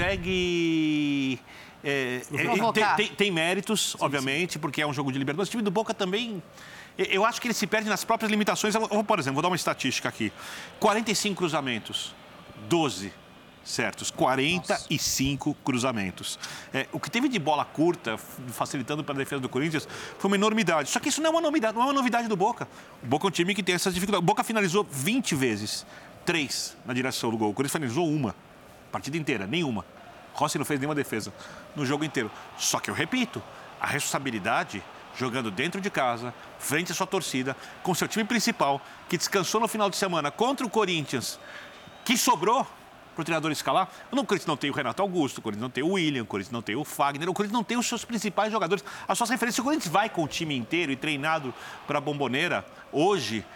consegue... é, é, Provocar. tem, tem- tem méritos, obviamente, porque é um jogo de Libertadores. O time do Boca também... eu- Eu acho que ele se perde nas próprias limitações. Eu vou, eu vou, por exemplo, vou dar uma estatística aqui. quarenta e cinco cruzamentos, doze certos, quarenta e cinco cruzamentos. É, o que teve de bola curta, f- facilitando para a defesa do Corinthians, foi uma enormidade. Só que isso não é uma novidade, não é uma novidade do Boca. O Boca é um time que tem essas dificuldades. O Boca finalizou vinte vezes, três na direção do gol. O Corinthians finalizou uma, a partida inteira, nenhuma. Rossi não fez nenhuma defesa no jogo inteiro. Só que eu repito, a responsabilidade jogando dentro de casa, frente à sua torcida, com seu time principal, que descansou no final de semana contra o Corinthians, que sobrou para o treinador escalar. O Corinthians não tem o Renato Augusto, o Corinthians não tem o William, o Corinthians não tem o Fagner, o Corinthians não tem os seus principais jogadores. As suas referências, o Corinthians vai com o time inteiro e treinado para a Bomboneira, hoje,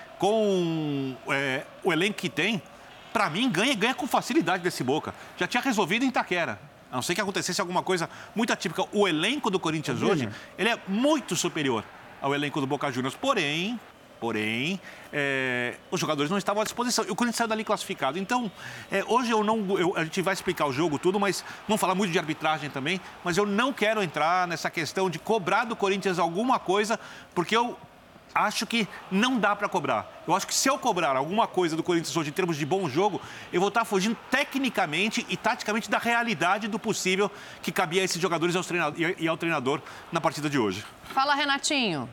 com é, o elenco que tem, para mim, ganha ganha com facilidade desse Boca. Já tinha resolvido em Itaquera. A não ser que acontecesse alguma coisa muito atípica. O elenco do Corinthians hoje, ele é muito superior ao elenco do Boca Juniors. Porém, porém, é, os jogadores não estavam à disposição. E o Corinthians saiu dali classificado. Então, é, hoje eu não... eu- a gente vai explicar o jogo tudo, mas vamos falar muito de arbitragem também. Mas eu não quero entrar nessa questão de cobrar do Corinthians alguma coisa, porque eu acho que não dá para cobrar. Eu acho que se eu cobrar alguma coisa do Corinthians hoje em termos de bom jogo, eu vou estar fugindo tecnicamente e taticamente da realidade do possível que cabia a esses jogadores e aos treina- e ao treinador na partida de hoje. Fala, Renatinho.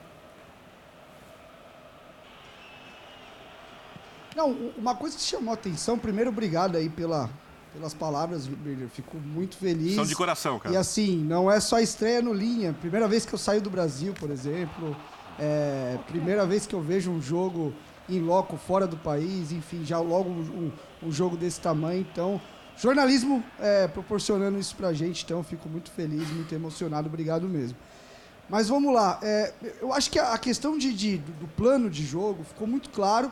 Não, uma coisa que chamou a atenção, primeiro, obrigado aí pela, pelas palavras, Birner. Fico muito feliz. São de coração, cara. E assim, não é só estreia no Linha. Primeira vez que eu saio do Brasil, por exemplo. É, primeira vez que eu vejo um jogo em loco fora do país. Enfim, já logo um, um, um jogo desse tamanho. Então, jornalismo é, proporcionando isso pra gente. Então, eu fico muito feliz, muito emocionado. Obrigado mesmo. Mas vamos lá. É, eu acho que a questão de, de- do plano de jogo ficou muito claro.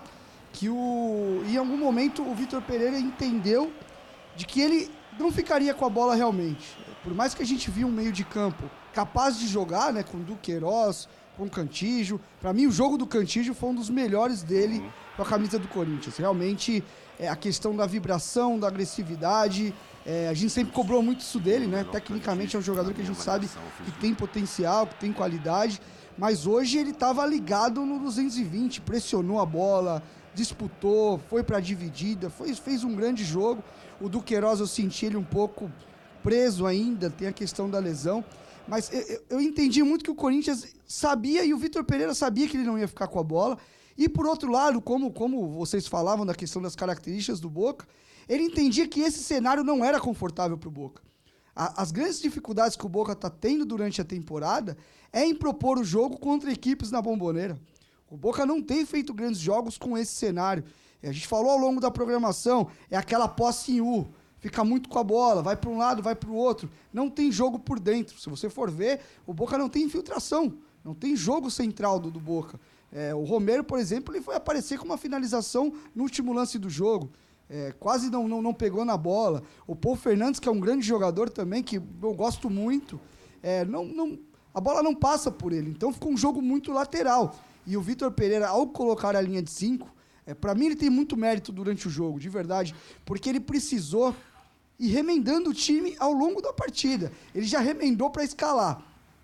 que o, em algum momento o Vitor Pereira entendeu de que ele não ficaria com a bola realmente. Por mais que a gente viu um meio de campo capaz de jogar, né, com o Duqueiroz, com o Cantígio. Para mim, o jogo do Cantígio foi um dos melhores dele com a camisa do Corinthians. Realmente, é, a questão da vibração, da agressividade, é, a gente sempre cobrou muito isso dele, né? Tecnicamente é um jogador que a gente sabe que tem potencial, que tem qualidade, mas hoje ele estava ligado no duzentos e vinte, pressionou a bola, disputou, foi para a dividida, foi, fez um grande jogo. O Duqueiroz eu senti ele um pouco preso ainda, tem a questão da lesão, mas eu, eu entendi muito que o Corinthians sabia e o Vitor Pereira sabia que ele não ia ficar com a bola. E por outro lado, como, como vocês falavam da questão das características do Boca, ele entendia que esse cenário não era confortável para o Boca. A, as grandes dificuldades que o Boca está tendo durante a temporada é em propor o jogo contra equipes na Bombonera. O Boca não tem feito grandes jogos com esse cenário. A gente falou ao longo da programação, é aquela posse em U, fica muito com a bola, vai para um lado, vai para o outro, não tem jogo por dentro. Se você for ver, o Boca não tem infiltração, não tem jogo central do, do Boca. É, o Romero, por exemplo, ele foi aparecer com uma finalização no último lance do jogo, é, quase não, não, não pegou na bola. O Paul Fernandes, que é um grande jogador também, que eu gosto muito, é, não, não, a bola não passa por ele, então ficou um jogo muito lateral. E o Vitor Pereira, ao colocar a linha de cinco, é, para mim ele tem muito mérito durante o jogo, de verdade, porque ele precisou ir remendando o time ao longo da partida. Ele já remendou para escalar.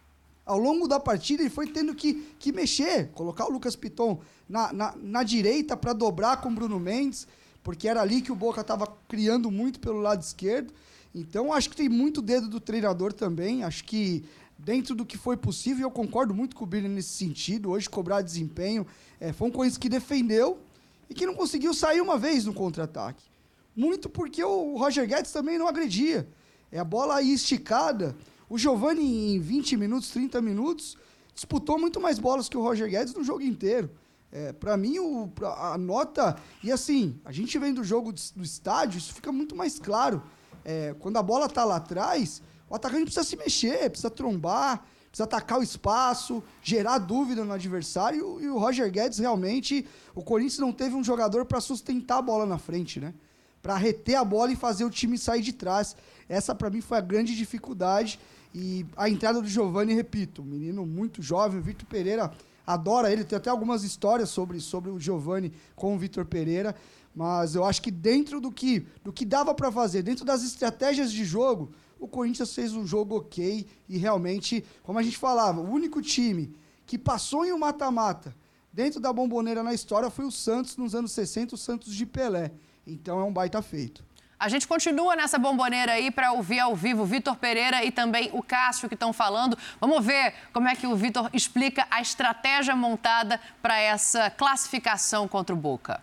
Ao longo da partida, ele foi tendo que, que mexer, colocar o Lucas Piton na, na, na direita para dobrar com o Bruno Mendes, porque era ali que o Boca estava criando muito pelo lado esquerdo. Então, acho que tem muito dedo do treinador também. Acho que dentro do que foi possível, eu concordo muito com o Birner nesse sentido. Hoje, cobrar desempenho é, foi um Corinthians que defendeu e que não conseguiu sair uma vez no contra-ataque. Muito porque o Roger Guedes também não agredia. É a bola aí esticada. O Giovani, em vinte minutos, trinta minutos, disputou muito mais bolas que o Roger Guedes no jogo inteiro. É, para mim, o, a nota... E assim, a gente vem do jogo do estádio, isso fica muito mais claro. É, quando a bola está lá atrás, o atacante precisa se mexer, precisa trombar, precisa atacar o espaço, gerar dúvida no adversário. E o Roger Guedes, realmente, o Corinthians não teve um jogador para sustentar a bola na frente, né? Para reter a bola e fazer o time sair de trás. Essa, para mim, foi a grande dificuldade. E a entrada do Giovani, repito, um menino muito jovem, o Vitor Pereira adora ele, tem até algumas histórias sobre, sobre o Giovani com o Vitor Pereira, mas eu acho que dentro do que, do que dava para fazer, dentro das estratégias de jogo, o Corinthians fez um jogo ok e realmente, como a gente falava, o único time que passou em um mata-mata dentro da Bombonera na história foi o Santos nos anos sessenta, o Santos de Pelé. Então é um baita feito. A gente continua nessa Bombonera aí para ouvir ao vivo o Vitor Pereira e também o Cássio que estão falando. Vamos ver como é que o Vitor explica a estratégia montada para essa classificação contra o Boca.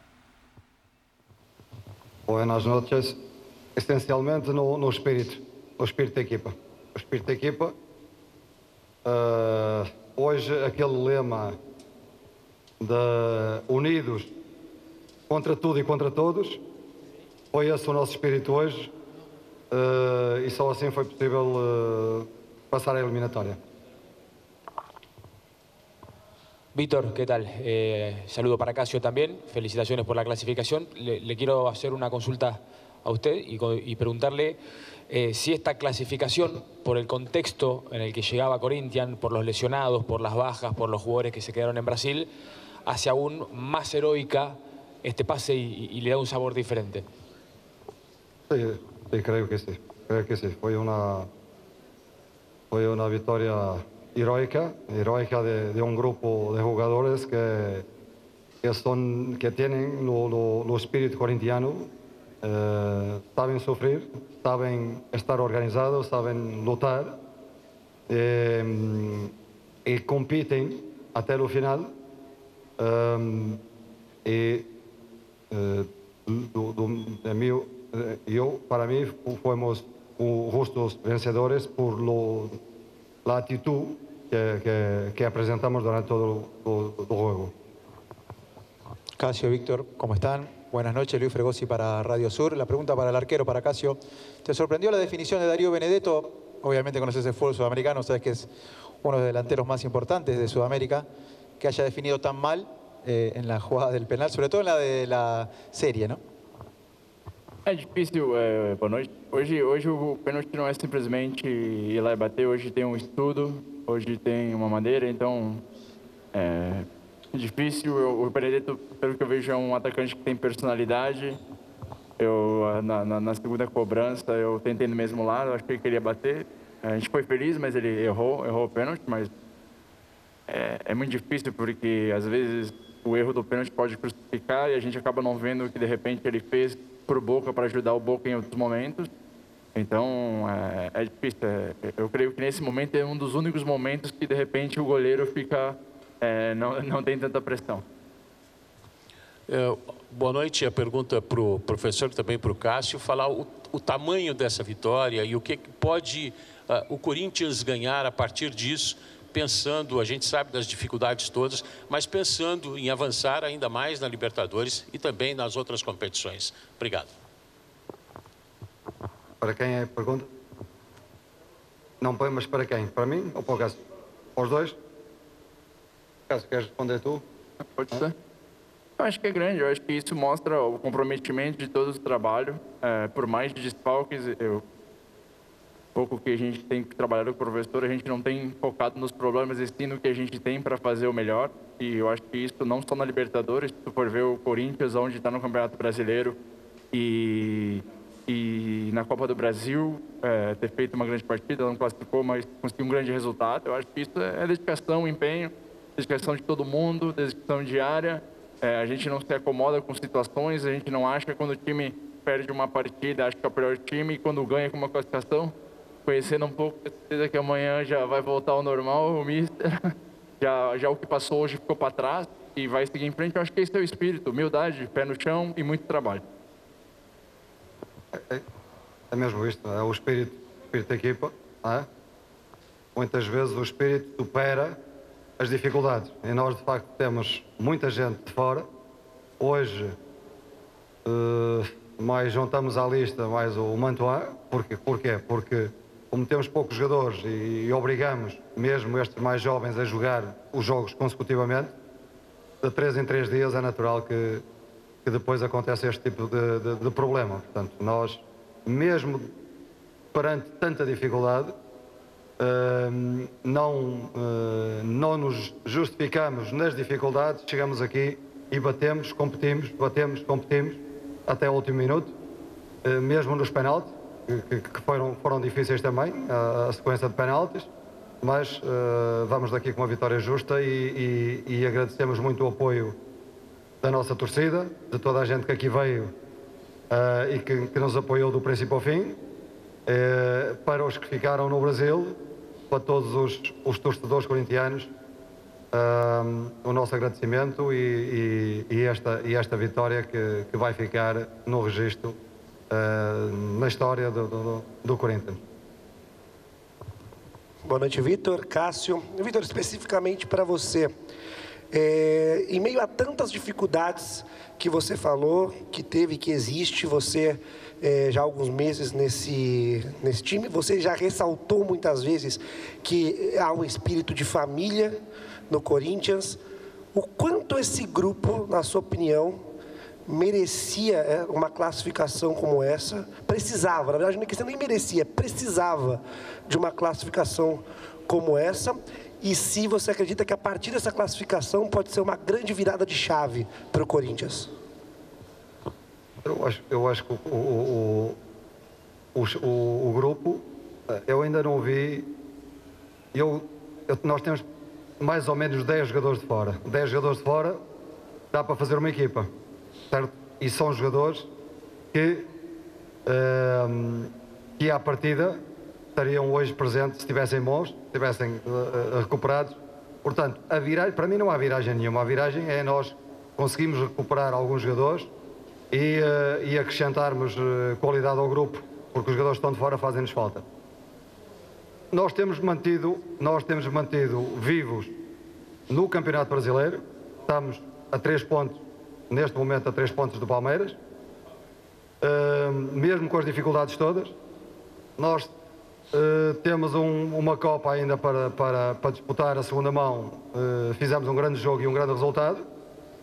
Buenas noches. Essencialmente no, no espírito, no espírito da equipa. O espírito da equipa. Uh, hoje aquele lema de unidos contra tudo e contra todos. Foi esse o nosso espírito hoje uh, e só assim foi possível uh, pasar a eliminatoria. Víctor, ¿qué tal? Eh, saludo para Casio también. Felicitaciones por la clasificación. Le, le quiero hacer una consulta a usted y, y preguntarle eh, si esta clasificación, por el contexto en el que llegaba Corinthians, por los lesionados, por las bajas, por los jugadores que se quedaron en Brasil, hace aún más heroica este pase y, y le da un sabor diferente. Sí, sí, creo que sí, creo que sí. Fue una, fue una victoria heroica, heroica de, de un grupo de jugadores que, que, son, que tienen lo, lo, lo espíritu corintiano, eh, saben sufrir, saben estar organizados, saben luchar eh, y compiten hasta el final. Um, y eh, do, do, de mí, yo, para mí, fuimos justos vencedores por lo, la actitud que, que, que presentamos durante todo el juego. Casio, Víctor, ¿cómo están? Buenas noches, Luis Fregosi para Radio Sur. La pregunta para el arquero, para Casio. ¿Te sorprendió la definición de Darío Benedetto? Obviamente conoces el fútbol sudamericano, sabes que es uno de los delanteros más importantes de Sudamérica, que haya definido tan mal eh, en la jugada del penal, sobre todo en la de la serie, ¿no? É difícil, é, boa noite. Hoje, hoje o pênalti não é simplesmente ir lá e bater, hoje tem um estudo, hoje tem uma maneira, então é difícil. Eu, o Benedetto, pelo que eu vejo, é um atacante que tem personalidade. Eu, na, na, na segunda cobrança, eu tentei no mesmo lado, eu achei que ele queria bater. A gente foi feliz, mas ele errou, errou o pênalti, mas é, é muito difícil porque às vezes o erro do pênalti pode crucificar e a gente acaba não vendo o que de repente ele fez pro Boca para ajudar o Boca em outros momentos. Então é, é difícil. É, eu creio que nesse momento é um dos únicos momentos que de repente o goleiro fica é, não não tem tanta pressão. É, boa noite. A pergunta para o professor e também para o Cássio, falar o, o tamanho dessa vitória e o que pode uh, o Corinthians ganhar a partir disso, pensando, a gente sabe das dificuldades todas, mas pensando em avançar ainda mais na Libertadores e também nas outras competições. Obrigado. Para quem é a pergunta? Não põe, mas para quem? Para mim ou para o Cássio? Para os dois? Cássio, queres responder tu? Pode ser. Eu acho que é grande, eu acho que isso mostra o comprometimento de todo o trabalho. É, por mais de desfalques, eu, pouco que a gente tem trabalhado com o professor, a gente não tem focado nos problemas, e sim no que a gente tem para fazer o melhor. E eu acho que isso não só na Libertadores, se tu for ver o Corinthians, onde está no Campeonato Brasileiro e, e na Copa do Brasil, é, ter feito uma grande partida, não classificou, mas conseguiu um grande resultado. Eu acho que isso é dedicação, empenho, dedicação de todo mundo, dedicação diária. É, a gente não se acomoda com situações, a gente não acha que quando o time perde uma partida, acha que é o pior time, e quando ganha com uma classificação, conhecendo um pouco, certeza que amanhã já vai voltar ao normal, o mister, já, já o que passou hoje ficou para trás e vai seguir em frente. Eu acho que esse é o espírito, humildade, pé no chão e muito trabalho. É, é mesmo isto, é o espírito, o espírito da equipa, não é? Muitas vezes o espírito supera as dificuldades. E nós, de facto, temos muita gente de fora. Hoje, uh, mais juntamos à lista mais o Mantuan. Porquê? Porquê? Porque, como temos poucos jogadores e, e obrigamos mesmo estes mais jovens a jogar os jogos consecutivamente, de três em três dias é natural que, que depois aconteça este tipo de, de, de problema. Portanto, nós, mesmo perante tanta dificuldade, Uh, não, uh, não nos justificamos nas dificuldades, chegamos aqui e batemos, competimos, batemos, competimos até o último minuto, uh, mesmo nos penaltis, que, que foram, foram difíceis também, a, a sequência de penaltis, mas uh, vamos daqui com uma vitória justa e, e, e agradecemos muito o apoio da nossa torcida, de toda a gente que aqui veio uh, e que, que nos apoiou do princípio ao fim, uh, para os que ficaram no Brasil, para todos os, os torcedores corintianos, um, o nosso agradecimento e, e, e, esta, e esta vitória que, que vai ficar no registro, uh, na história do, do, do Corinthians. Boa noite, Vitor, Cássio. Vitor, especificamente para você, é, em meio a tantas dificuldades que você falou, que teve, que existe, você... É, já há alguns meses nesse, nesse time, você já ressaltou muitas vezes que há um espírito de família no Corinthians. O quanto esse grupo, na sua opinião, merecia é, uma classificação como essa? Precisava, na verdade não é questão nem merecia, precisava de uma classificação como essa. E se você acredita que a partir dessa classificação pode ser uma grande virada de chave para o Corinthians? Eu acho, eu acho que o, o, o, o, o grupo, eu ainda não vi, eu, eu, nós temos mais ou menos dez jogadores de fora. dez jogadores de fora dá para fazer uma equipa, certo? E são jogadores que, um, que à partida estariam hoje presentes se estivessem bons, se estivessem uh, recuperados. Portanto, a viragem, para mim não há viragem nenhuma. A viragem é nós conseguimos recuperar alguns jogadores E, uh, e acrescentarmos uh, qualidade ao grupo, porque os jogadores que estão de fora fazem-nos falta. Nós temos mantido, nós temos mantido vivos no Campeonato Brasileiro, estamos a três pontos, neste momento a três pontos do Palmeiras, uh, mesmo com as dificuldades todas. Nós uh, temos um, uma Copa ainda para, para, para disputar a segunda mão, uh, fizemos um grande jogo e um grande resultado,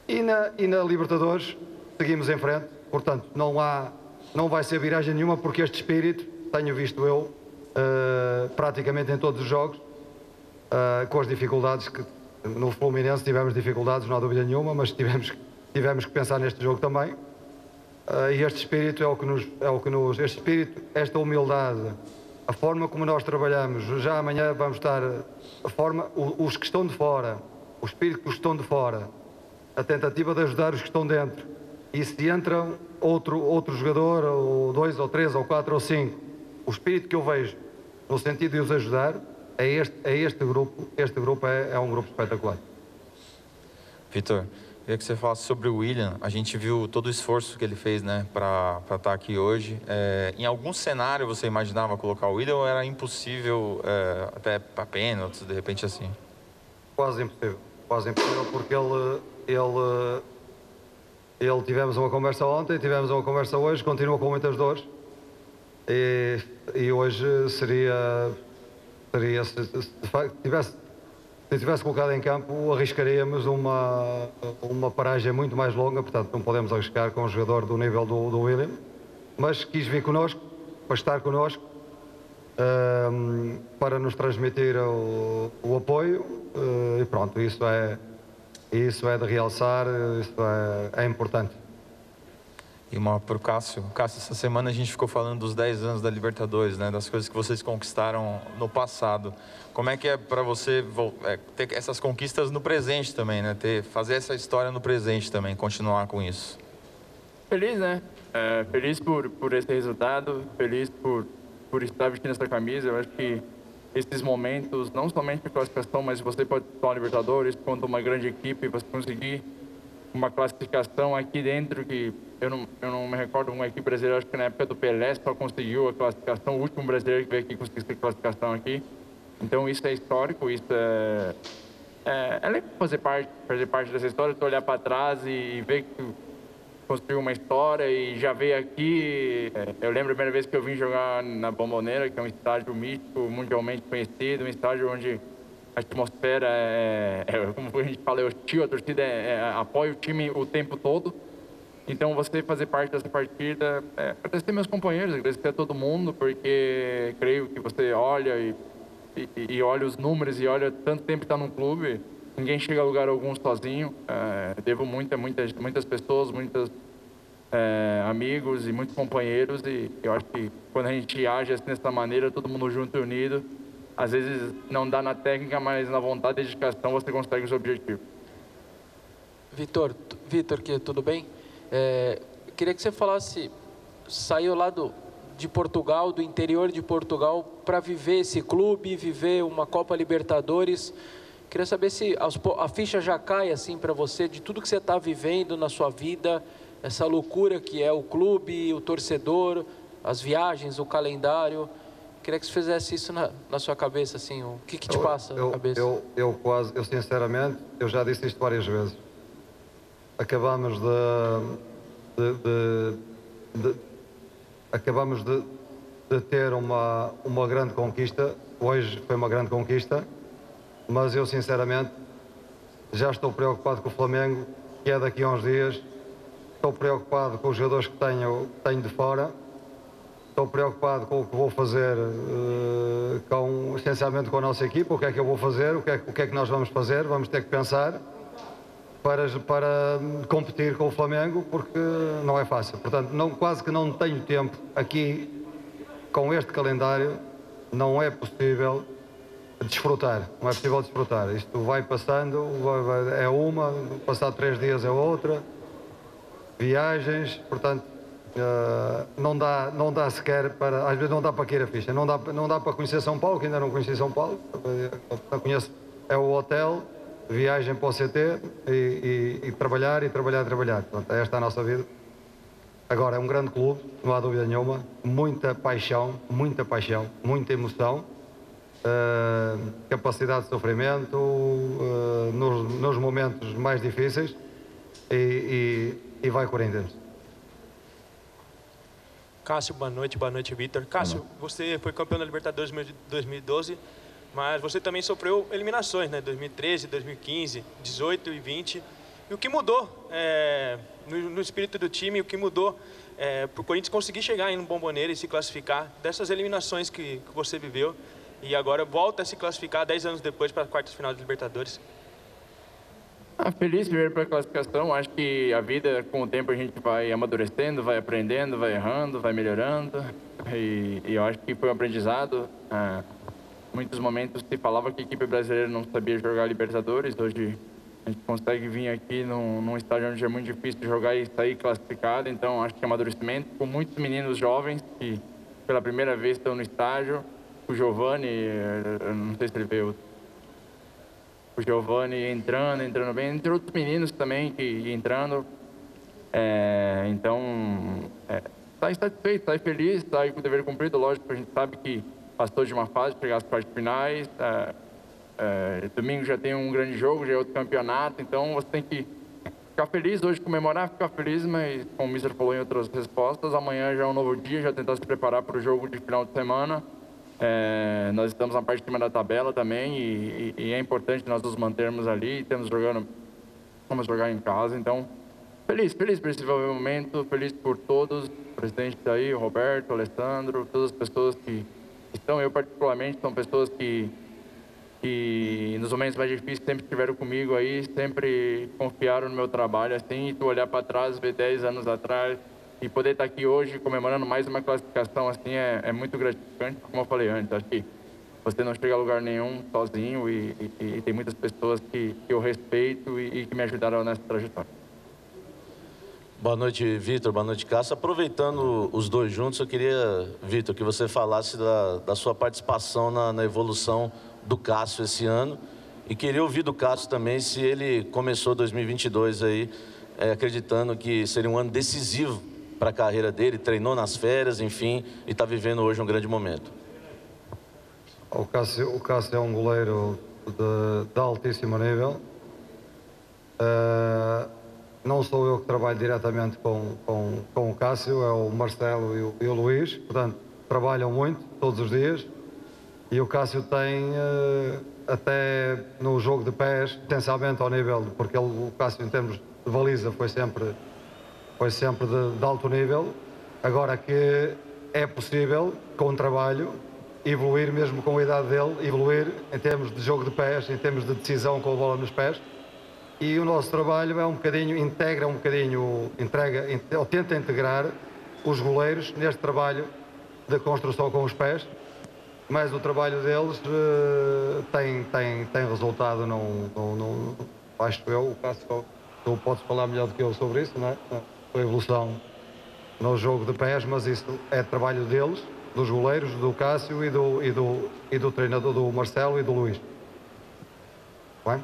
E na, e na Libertadores seguimos em frente, portanto não há, não vai ser viragem nenhuma, porque este espírito, tenho visto eu, uh, praticamente em todos os jogos, uh, com as dificuldades que no Fluminense tivemos dificuldades, não há dúvida nenhuma, mas tivemos, tivemos que pensar neste jogo também. Uh, e este espírito é o que nos, é o que nos, este espírito, esta humildade, a forma como nós trabalhamos, já amanhã vamos estar, a forma, os que estão de fora, o espírito que estão de fora, a tentativa de ajudar os que estão dentro. E se entram outro, outro jogador, ou dois, ou três, ou quatro, ou cinco, o espírito que eu vejo no sentido de os ajudar, é este, é este grupo, este grupo é, é um grupo espetacular. Vitor, queria que você falasse sobre o William. A gente viu todo o esforço que ele fez, né, para estar aqui hoje. É, em algum cenário você imaginava colocar o William ou era impossível, é, até para pênaltis, de repente assim? Quase impossível, quase impossível, porque ele, ele, ele tivemos uma conversa ontem, tivemos uma conversa hoje, continua com muitas dores. E, e hoje seria, seria se, se, se tivesse, se tivesse colocado em campo, arriscaríamos uma, uma paragem muito mais longa, portanto não podemos arriscar com um jogador do nível do, do William, mas quis vir connosco, para estar connosco, um, para nos transmitir o, o apoio, uh, e pronto, isso é, isso é de realçar, isso é, é importante. E uma para o Cássio. Cássio, essa semana a gente ficou falando dos dez anos da Libertadores, né? Das coisas que vocês conquistaram no passado. Como é que é para você é, ter essas conquistas no presente também, né? Ter, fazer essa história no presente também, continuar com isso? Feliz, né? É, feliz por, por esse resultado, feliz por, por estar vestindo essa camisa. Eu acho que esses momentos, não somente de classificação, mas você pode disputar a Libertadores contra uma grande equipe, você conseguir uma classificação aqui dentro que eu não, eu não me recordo uma equipe brasileira, acho que na época do Pelé só conseguiu a classificação, o último brasileiro que veio aqui conseguiu a classificação aqui. Então isso é histórico, isso é, é, é legal fazer parte, fazer parte dessa história, tu olhar para trás e ver que tu construiu uma história e já veio aqui. Eu lembro a primeira vez que eu vim jogar na Bombonera, que é um estádio mítico, mundialmente conhecido, um estádio onde a atmosfera é, é, como a gente fala, é hostil, a torcida é, é, apoia o time o tempo todo. Então, você fazer parte dessa partida, é, agradecer meus companheiros, agradecer a todo mundo, porque creio que você olha e, e, e olha os números e olha tanto tempo que está num clube, ninguém chega a lugar algum sozinho. É, devo muito a muitas, muitas pessoas, muitos é, amigos e muitos companheiros, e eu acho que quando a gente age assim, dessa maneira, todo mundo junto e unido, às vezes não dá na técnica, mas na vontade e dedicação você consegue os objetivos. Vitor, Vitor, que tudo bem? É, queria que você falasse, saiu lá do, de Portugal, do interior de Portugal, para viver esse clube, viver uma Copa Libertadores. Queria saber se a, a ficha já cai assim para você, de tudo que você está vivendo na sua vida, essa loucura que é o clube, o torcedor, as viagens, o calendário. Queria que você fizesse isso na, na sua cabeça, assim, o que, que te eu, passa eu, na cabeça? Eu, eu quase, eu sinceramente, eu já disse isto várias vezes. Acabamos de, de, de, de acabamos de, de ter uma, uma grande conquista. Hoje foi uma grande conquista, mas eu sinceramente já estou preocupado com o Flamengo, que é daqui a uns dias. Estou preocupado com os jogadores que tenho, tenho de fora. Estou preocupado com o que vou fazer, uh, com, essencialmente com a nossa equipa, o que é que eu vou fazer, o que é, o que, é que nós vamos fazer, vamos ter que pensar para, para competir com o Flamengo, porque não é fácil. Portanto, não, quase que não tenho tempo aqui, com este calendário, não é possível desfrutar, não é possível desfrutar. Isto vai passando, vai, vai, é uma, passado três dias é outra, viagens, portanto, Uh, não dá, não dá sequer para, às vezes não dá para querer a ficha, não dá, não dá para conhecer São Paulo, que ainda não conheci São Paulo, não conheço, é o hotel, viagem para o C T e, e, e trabalhar e trabalhar e trabalhar. Portanto, esta é a nossa vida. Agora, é um grande clube, não há dúvida nenhuma, muita paixão, muita paixão, muita emoção, uh, capacidade de sofrimento uh, nos, nos momentos mais difíceis e, e, e vai Corinthians. Cássio, boa noite, boa noite, Vitor. Cássio, você foi campeão da Libertadores em dois mil e doze, mas você também sofreu eliminações, né? dois mil e treze, dois mil e quinze, dezoito e vinte. E o que mudou é, no, no espírito do time, o que mudou é, para o Corinthians conseguir chegar aí no Bombonera e se classificar dessas eliminações que, que você viveu e agora volta a se classificar dez anos depois para a quarta final de Libertadores? Ah, feliz primeiro pela classificação. Acho que a vida, com o tempo, a gente vai amadurecendo, vai aprendendo, vai errando, vai melhorando. E, e eu acho que foi um aprendizado. Ah, muitos momentos se falava que a equipe brasileira não sabia jogar Libertadores. Hoje a gente consegue vir aqui num, num estádio onde é muito difícil jogar e sair classificado. Então acho que é amadurecimento. Com muitos meninos jovens que pela primeira vez estão no estádio. O Giovani, eu não sei se ele veio... O Giovani entrando, entrando bem, entre outros meninos também que entrando. É, então, é, sai satisfeito, sai feliz, sai com o dever cumprido. Lógico, a gente sabe que passou de uma fase, chegar às partes finais. É, é, domingo já tem um grande jogo, já é outro campeonato. Então, você tem que ficar feliz hoje, comemorar, ficar feliz, mas como o mister falou em outras respostas, amanhã já é um novo dia, já tentar se preparar para o jogo de final de semana. É, nós estamos na parte de cima da tabela também e, e, e é importante nós nos mantermos ali, temos jogando, vamos jogar em casa, então feliz, feliz por esse momento, feliz por todos, o presidente está aí, o Roberto, o Alessandro, todas as pessoas que estão, eu particularmente, são pessoas que, que nos momentos mais difíceis sempre estiveram comigo aí, sempre confiaram no meu trabalho, assim, e tu olhar para trás, ver dez anos atrás, e poder estar aqui hoje comemorando mais uma classificação assim é, é muito gratificante, como eu falei antes. Acho que você não chega a lugar nenhum sozinho e, e, e tem muitas pessoas que, que eu respeito e, e que me ajudaram nessa trajetória. Boa noite, Vitor. Boa noite, Cássio. Aproveitando os dois juntos, eu queria, Vitor, que você falasse da, da sua participação na, na evolução do Cássio esse ano. E queria ouvir do Cássio também se ele começou dois mil e vinte e dois aí, é, acreditando que seria um ano decisivo para a carreira dele, treinou nas férias, enfim, e está vivendo hoje um grande momento. O Cássio, o Cássio é um goleiro de, de altíssimo nível. Uh, não sou eu que trabalho diretamente com, com, com o Cássio, é o Marcelo e o, e o Luís, portanto, trabalham muito, todos os dias, e o Cássio tem, uh, até no jogo de pés, potencialmente ao nível, porque ele, o Cássio em termos de baliza foi sempre... foi sempre de, de alto nível, agora que é possível, com o trabalho, evoluir mesmo com a idade dele, evoluir em termos de jogo de pés, em termos de decisão com a bola nos pés, e o nosso trabalho é um bocadinho, integra um bocadinho, entrega, ou tenta integrar os goleiros neste trabalho de construção com os pés, mas o trabalho deles uh, tem, tem, tem resultado, não, não, não, acho eu, o Cássio, tu podes falar melhor do que eu sobre isso, não é? A evolução no jogo de pés, mas isso é trabalho deles, dos goleiros, do Cássio e do, e do, e do treinador, do Marcelo e do Luís. Bem?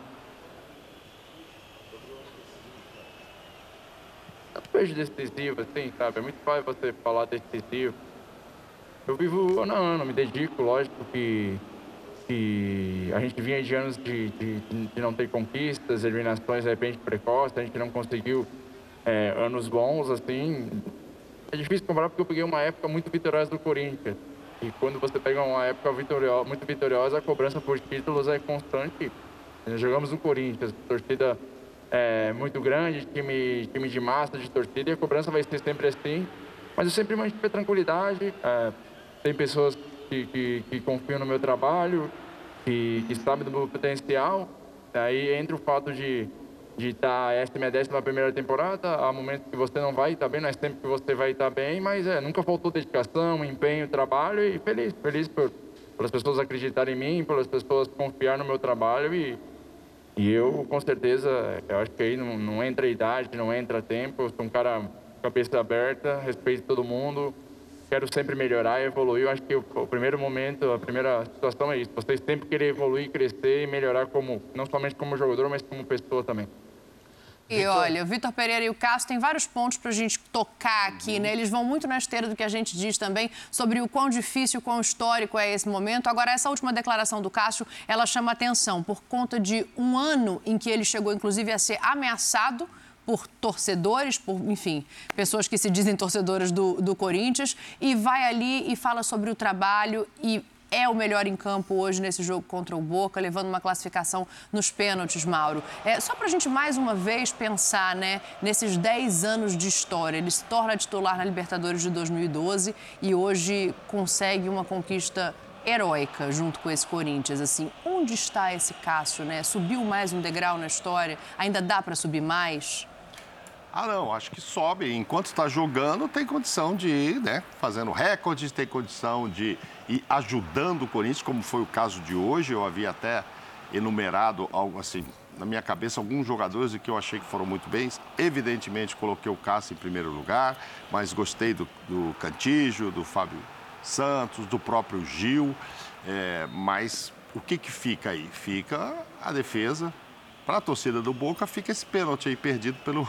Eu vejo decisivo, assim, sabe? É muito fácil você falar decisivo. Eu vivo ano a ano, me dedico, lógico que, que a gente vinha de anos de, de, de não ter conquistas, eliminações de repente precoces, a gente não conseguiu É, anos bons, assim, é difícil comparar porque eu peguei uma época muito vitoriosa do Corinthians. E quando você pega uma época vitoriosa, muito vitoriosa, a cobrança por títulos é constante. Nós jogamos no Corinthians, torcida é, muito grande, time, time de massa, de torcida, e a cobrança vai ser sempre assim. Mas eu sempre mantive a tranquilidade, é, tem pessoas que, que, que confiam no meu trabalho, que, que sabem do meu potencial. Aí entra o fato de de estar esta minha décima primeira temporada, há momentos que você não vai estar bem, não é sempre que você vai estar bem, mas é, nunca faltou dedicação, empenho, trabalho e feliz, feliz por, pelas pessoas acreditarem em mim, pelas pessoas confiar no meu trabalho e, e eu, com certeza, eu acho que aí não, não entra idade, não entra tempo, eu sou um cara cabeça aberta, respeito todo mundo, quero sempre melhorar e evoluir, eu acho que o, o primeiro momento, a primeira situação é isso, vocês sempre querem evoluir, crescer e melhorar como, não somente como jogador, mas como pessoa também. E olha, o Vitor Pereira e o Cássio têm vários pontos para a gente tocar aqui, né? Eles vão muito na esteira do que a gente diz também sobre o quão difícil, o quão histórico é esse momento. Agora, essa última declaração do Cássio, ela chama atenção por conta de um ano em que ele chegou, inclusive, a ser ameaçado por torcedores, por, enfim, pessoas que se dizem torcedoras do, do Corinthians, e vai ali e fala sobre o trabalho e é o melhor em campo hoje nesse jogo contra o Boca, levando uma classificação nos pênaltis, Mauro. É, só para a gente mais uma vez pensar, né, nesses dez anos de história. Ele se torna titular na Libertadores de dois mil e doze e hoje consegue uma conquista heróica junto com esse Corinthians. Assim, onde está esse Cássio, né? Subiu mais um degrau na história? Ainda dá para subir mais? Ah, não, acho que sobe. Enquanto está jogando, tem condição de ir, né, fazendo recordes, tem condição de ir ajudando o Corinthians, como foi o caso de hoje. Eu havia até enumerado algo assim, na minha cabeça, alguns jogadores que eu achei que foram muito bem. Evidentemente, coloquei o Cássio em primeiro lugar, mas gostei do, do Cantígio, do Fábio Santos, do próprio Gil. É, mas o que, que fica aí? Fica a defesa. Para a torcida do Boca, fica esse pênalti aí perdido pelo...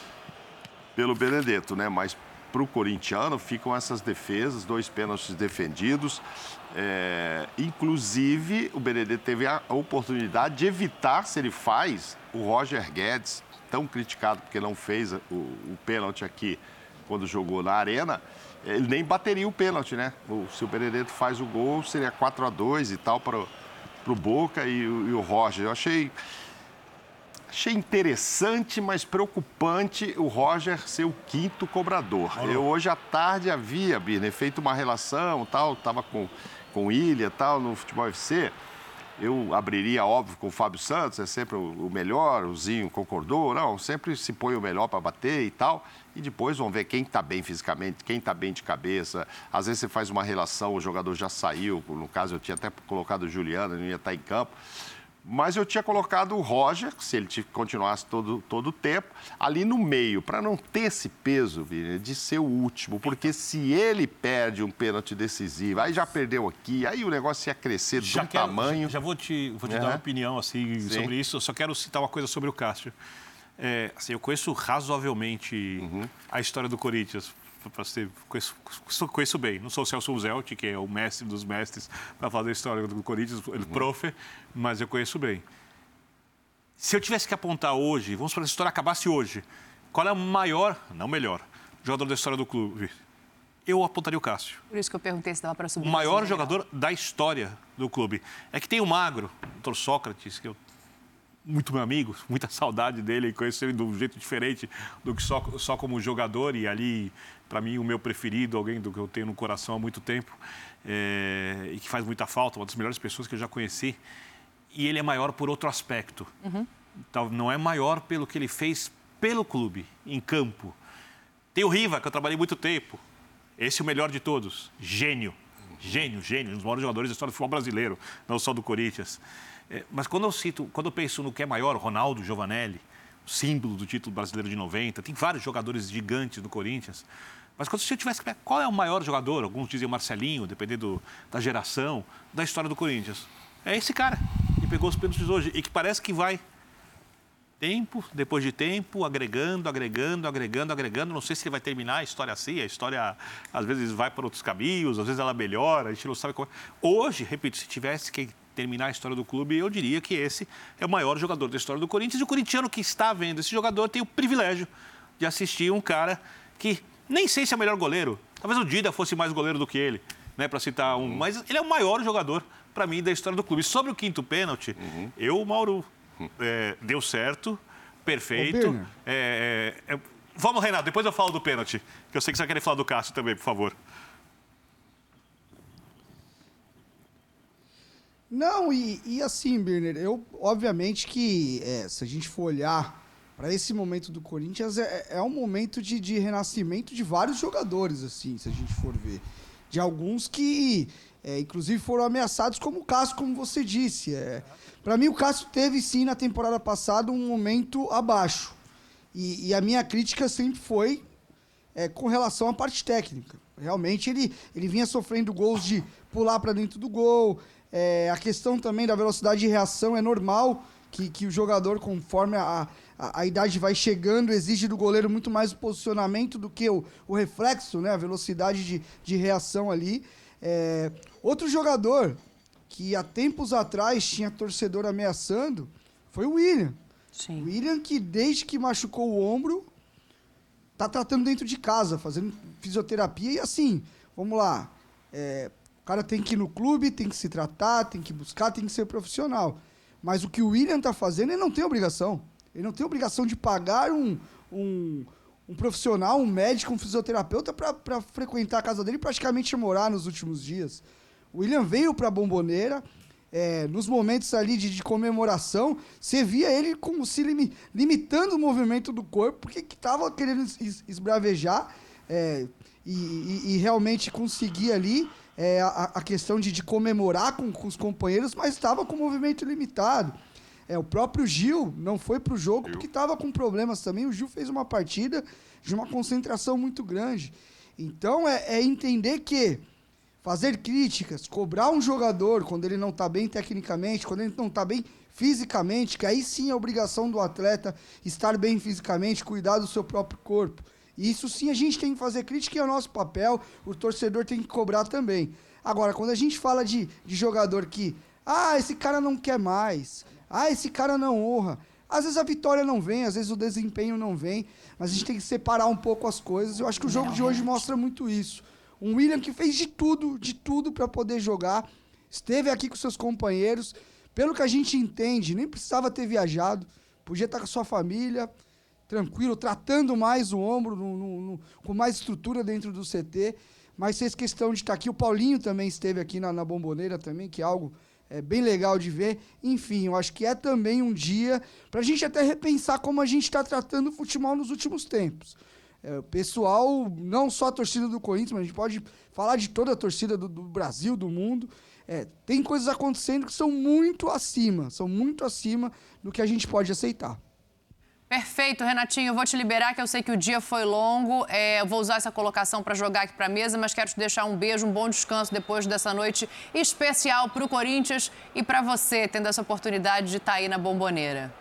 pelo Benedetto, né? Mas para o corintiano ficam essas defesas, dois pênaltis defendidos. É... Inclusive, o Benedetto teve a oportunidade de evitar, se ele faz, o Roger Guedes, tão criticado porque não fez o, o pênalti aqui quando jogou na Arena, ele nem bateria o pênalti, né? O, se o Benedetto faz o gol, seria quatro a dois e tal para o Boca e, e o Roger. Eu achei... Achei interessante, mas preocupante o Roger ser o quinto cobrador. Olha. Eu hoje à tarde havia, Birner, feito uma relação, tal, estava com, com Ilha, tal, no Futebol F C. Eu abriria, óbvio, com o Fábio Santos, é sempre o, o melhor, o Zinho concordou, não, sempre se põe o melhor para bater e tal. E depois vamos ver quem está bem fisicamente, quem está bem de cabeça. Às vezes você faz uma relação, o jogador já saiu, no caso eu tinha até colocado o Juliano, ele não ia estar em campo. Mas eu tinha colocado o Roger, se ele continuasse todo, todo o tempo, ali no meio, para não ter esse peso, Vini, de ser o último. Porque se ele perde um pênalti decisivo, aí já perdeu aqui, aí o negócio ia crescer já do quero, tamanho. Já, já vou te, vou te é. dar uma opinião assim, sobre isso. Eu só quero citar uma coisa sobre o Cássio. É, assim, eu conheço razoavelmente uhum. a história do Corinthians. Para ser, conheço, conheço bem. Não sou o Celso Zelt, que é o mestre dos mestres para falar da história do Corinthians, ele uhum. profe, mas eu conheço bem. Se eu tivesse que apontar hoje, vamos para a história acabasse hoje, qual é o maior, não melhor, jogador da história do clube? Eu apontaria o Cássio. Por isso que eu perguntei se dava para subir. O maior jogador da história do clube. É que tem o Magro, o doutor Sócrates, que eu muito meu amigo, muita saudade dele e conheço ele de um jeito diferente do que só, só como jogador e ali, para mim, o meu preferido, alguém do que eu tenho no coração há muito tempo é, e que faz muita falta, uma das melhores pessoas que eu já conheci. E ele é maior por outro aspecto. Uhum. Então, não é maior pelo que ele fez pelo clube, em campo. Tem o Riva, que eu trabalhei muito tempo. Esse é o melhor de todos. Gênio. Gênio, gênio. Um dos maiores jogadores da história do futebol brasileiro, não só do Corinthians. É, mas quando eu cito, quando eu penso no que é maior, Ronaldo, Giovanelli, símbolo do título brasileiro de noventa, tem vários jogadores gigantes do Corinthians. Mas quando se eu tivesse que... Qual é o maior jogador? Alguns dizem Marcelinho, dependendo da geração, da história do Corinthians. É esse cara que pegou os pênaltis hoje e que parece que vai tempo, depois de tempo, agregando, agregando, agregando, agregando. Não sei se ele vai terminar a história assim. A história, às vezes, vai para outros caminhos, às vezes ela melhora, a gente não sabe como é. Hoje, repito, se tivesse que terminar a história do clube, eu diria que esse é o maior jogador da história do Corinthians. E o corintiano que está vendo esse jogador tem o privilégio de assistir um cara que nem sei se é o melhor goleiro. Talvez o Dida fosse mais goleiro do que ele, né, para citar um. Mas ele é o maior jogador, para mim, da história do clube. Sobre o quinto pênalti, uhum. eu, Mauro, é, deu certo, perfeito. É, é, é... Vamos, Renato, depois eu falo do pênalti, que eu sei que você vai querer falar do Cássio também, por favor. Não, e, e assim, Birner, eu, obviamente que é, se a gente for olhar para esse momento do Corinthians, é, é um momento de, de renascimento de vários jogadores, assim, se a gente for ver. De alguns que, é, inclusive, foram ameaçados, como o Cássio, como você disse. É, para mim, o Cássio teve, sim, na temporada passada, um momento abaixo. E, e a minha crítica sempre foi é, com relação à parte técnica. Realmente, ele, ele vinha sofrendo gols de pular para dentro do gol. É, a questão também da velocidade de reação é normal que, que o jogador, conforme a, a, a idade vai chegando, exige do goleiro muito mais o posicionamento do que o, o reflexo, né? A velocidade de, de reação ali. É, outro jogador que há tempos atrás tinha torcedor ameaçando foi o William. Sim. O William que desde que machucou o ombro tá tratando dentro de casa, fazendo fisioterapia e assim, vamos lá, é, o cara tem que ir no clube, tem que se tratar, tem que buscar, tem que ser profissional. Mas o que o William tá fazendo, ele não tem obrigação. Ele não tem obrigação de pagar um, um, um profissional, um médico, um fisioterapeuta para frequentar a casa dele e praticamente morar nos últimos dias. O William veio para a Bombonera, é, nos momentos ali de, de comemoração, você via ele como se limi, limitando o movimento do corpo, porque estava querendo es, esbravejar é, e, e, e realmente conseguir ali é, a, a questão de, de comemorar com, com os companheiros, mas estava com o movimento limitado. É, o próprio Gil não foi para o jogo porque estava com problemas também. O Gil fez uma partida de uma concentração muito grande. Então, é, é entender que fazer críticas, cobrar um jogador quando ele não está bem tecnicamente, quando ele não está bem fisicamente, que aí sim é obrigação do atleta estar bem fisicamente, cuidar do seu próprio corpo. E isso sim a gente tem que fazer crítica e é o nosso papel, o torcedor tem que cobrar também. Agora, quando a gente fala de, de jogador que, ah, esse cara não quer mais, ah, esse cara não honra, às vezes a vitória não vem, às vezes o desempenho não vem, mas a gente tem que separar um pouco as coisas. Eu acho que o jogo de hoje mostra muito isso. Um William que fez de tudo, de tudo para poder jogar, esteve aqui com seus companheiros, pelo que a gente entende, nem precisava ter viajado, podia estar com a sua família, tranquilo, tratando mais o ombro, no, no, no, com mais estrutura dentro do C T, mas fez questão de estar aqui. O Paulinho também esteve aqui na, na Bombonera também, que é algo é, bem legal de ver. Enfim, eu acho que é também um dia para a gente até repensar como a gente está tratando o futebol nos últimos tempos. É, o pessoal, não só a torcida do Corinthians, mas a gente pode falar de toda a torcida do, do Brasil, do mundo. É, tem coisas acontecendo que são muito acima, são muito acima do que a gente pode aceitar. Perfeito, Renatinho. Eu vou te liberar, que eu sei que o dia foi longo. É, eu vou usar essa colocação para jogar aqui para a mesa, mas quero te deixar um beijo, um bom descanso depois dessa noite especial para o Corinthians e para você, tendo essa oportunidade de estar aí na Bombonera.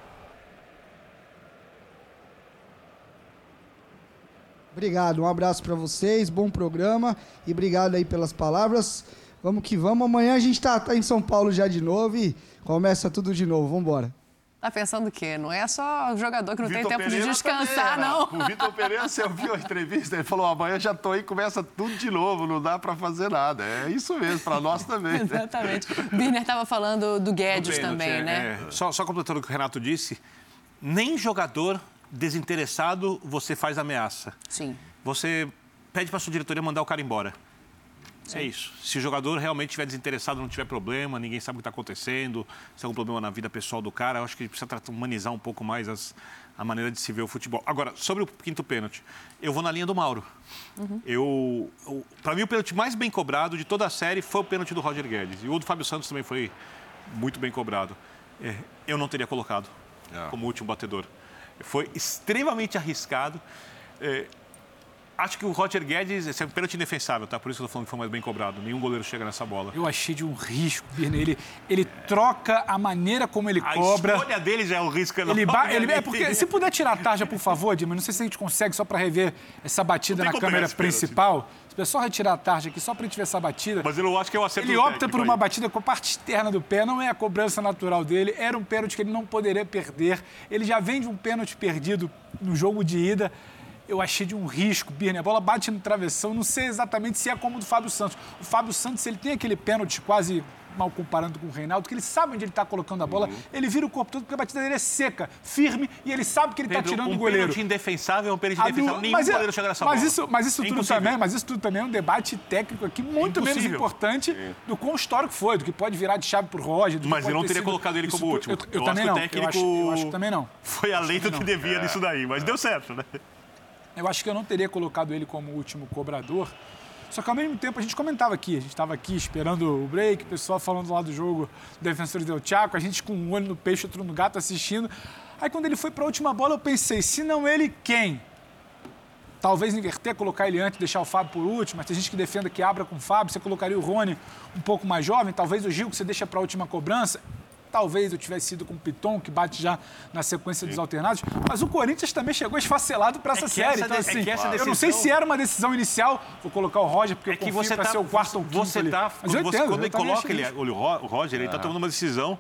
Obrigado, um abraço para vocês, bom programa e obrigado aí pelas palavras. Vamos que vamos. Amanhã a gente tá, tá em São Paulo já de novo e começa tudo de novo. Vamos embora. Tá pensando o quê? Não é só o jogador que não Vitor tem tempo Pereira de descansar, também, não. O Vitor Pereira, você ouviu a entrevista? Ele falou, amanhã já tô aí, começa tudo de novo, não dá para fazer nada. É isso mesmo, para nós também. Né? Exatamente. O Birner estava falando do Guedes pênalti, também, é, né? É. Só, só completando o que o Renato disse, nem jogador desinteressado você faz ameaça. Sim. Você pede para sua diretoria mandar o cara embora. Sim. É isso. Se o jogador realmente estiver desinteressado, não tiver problema, ninguém sabe o que está acontecendo, se tem algum problema na vida pessoal do cara, eu acho que precisa tratar, humanizar um pouco mais as, a maneira de se ver o futebol. Agora, sobre o quinto pênalti, eu vou na linha do Mauro. Uhum. Eu, eu, para mim, o pênalti mais bem cobrado de toda a série foi o pênalti do Roger Guedes. E o do Fábio Santos também foi muito bem cobrado. É, eu não teria colocado é. como último batedor. Foi extremamente arriscado. É, Acho que o Roger Guedes, esse é um pênalti indefensável, tá? Por isso que eu tô falando que foi mais bem cobrado. Nenhum goleiro chega nessa bola. Eu achei de um risco, Birner. Ele, ele troca a maneira como ele a cobra. A escolha dele já é um risco enorme. Ele, ba... ele... É porque, se puder tirar a tarja, por favor, Dilma, não sei se a gente consegue só para rever essa batida na câmera principal. Se o pessoal retirar a tarja aqui só para a gente ver essa batida. Mas eu acho que é o acerto Ele opta por uma aí. batida com a parte externa do pé, não é a cobrança natural dele. Era um pênalti que ele não poderia perder. Ele já vem de um pênalti perdido no jogo de ida. Eu achei de um risco, Birner. A bola bate no travessão, não sei exatamente se é como o do Fábio Santos. O Fábio Santos, ele tem aquele pênalti quase mal comparando com o Reinaldo, que ele sabe onde ele está colocando a bola, uhum. ele vira o corpo todo porque a batida dele é seca, firme, e ele sabe que ele está tirando um o goleiro. Um pênalti indefensável é um pênalti indefensável. Nenhum mas goleiro é, chega nessa mas bola. Isso, mas, isso tudo também, mas isso tudo também é um debate técnico aqui muito Impossível. menos importante é. do quão histórico foi, do que pode virar de chave pro Roger. Mas eu não teria sido... colocado ele como último. Eu, eu, eu também não. O técnico eu, acho, eu acho que também não. Foi além do que devia é. nisso daí, mas deu certo, né? Eu acho que eu não teria colocado ele como último cobrador. Só que, ao mesmo tempo, a gente comentava aqui. A gente estava aqui esperando o break, o pessoal falando lá do jogo do Defensores del Chaco, a gente com um olho no peixe, outro no gato assistindo. Aí, quando ele foi para a última bola, eu pensei, se não ele, quem? Talvez inverter, colocar ele antes, deixar o Fábio por último. Mas tem gente que defenda que abra com o Fábio. Você colocaria o Rony um pouco mais jovem. Talvez o Gil, que você deixa para a última cobrança. Talvez eu tivesse ido com o Piton, que bate já na sequência Sim. dos alternados. Mas o Corinthians também chegou esfacelado para essa é série. Essa, então, assim, é que essa decisão... eu não sei se era uma decisão inicial. Vou colocar o Roger, porque é eu confio para tá, ser o quarto ou quinto você tá, Mas eu você, entendo, Quando eu ele coloca ele, o Roger, ele está é. tomando uma decisão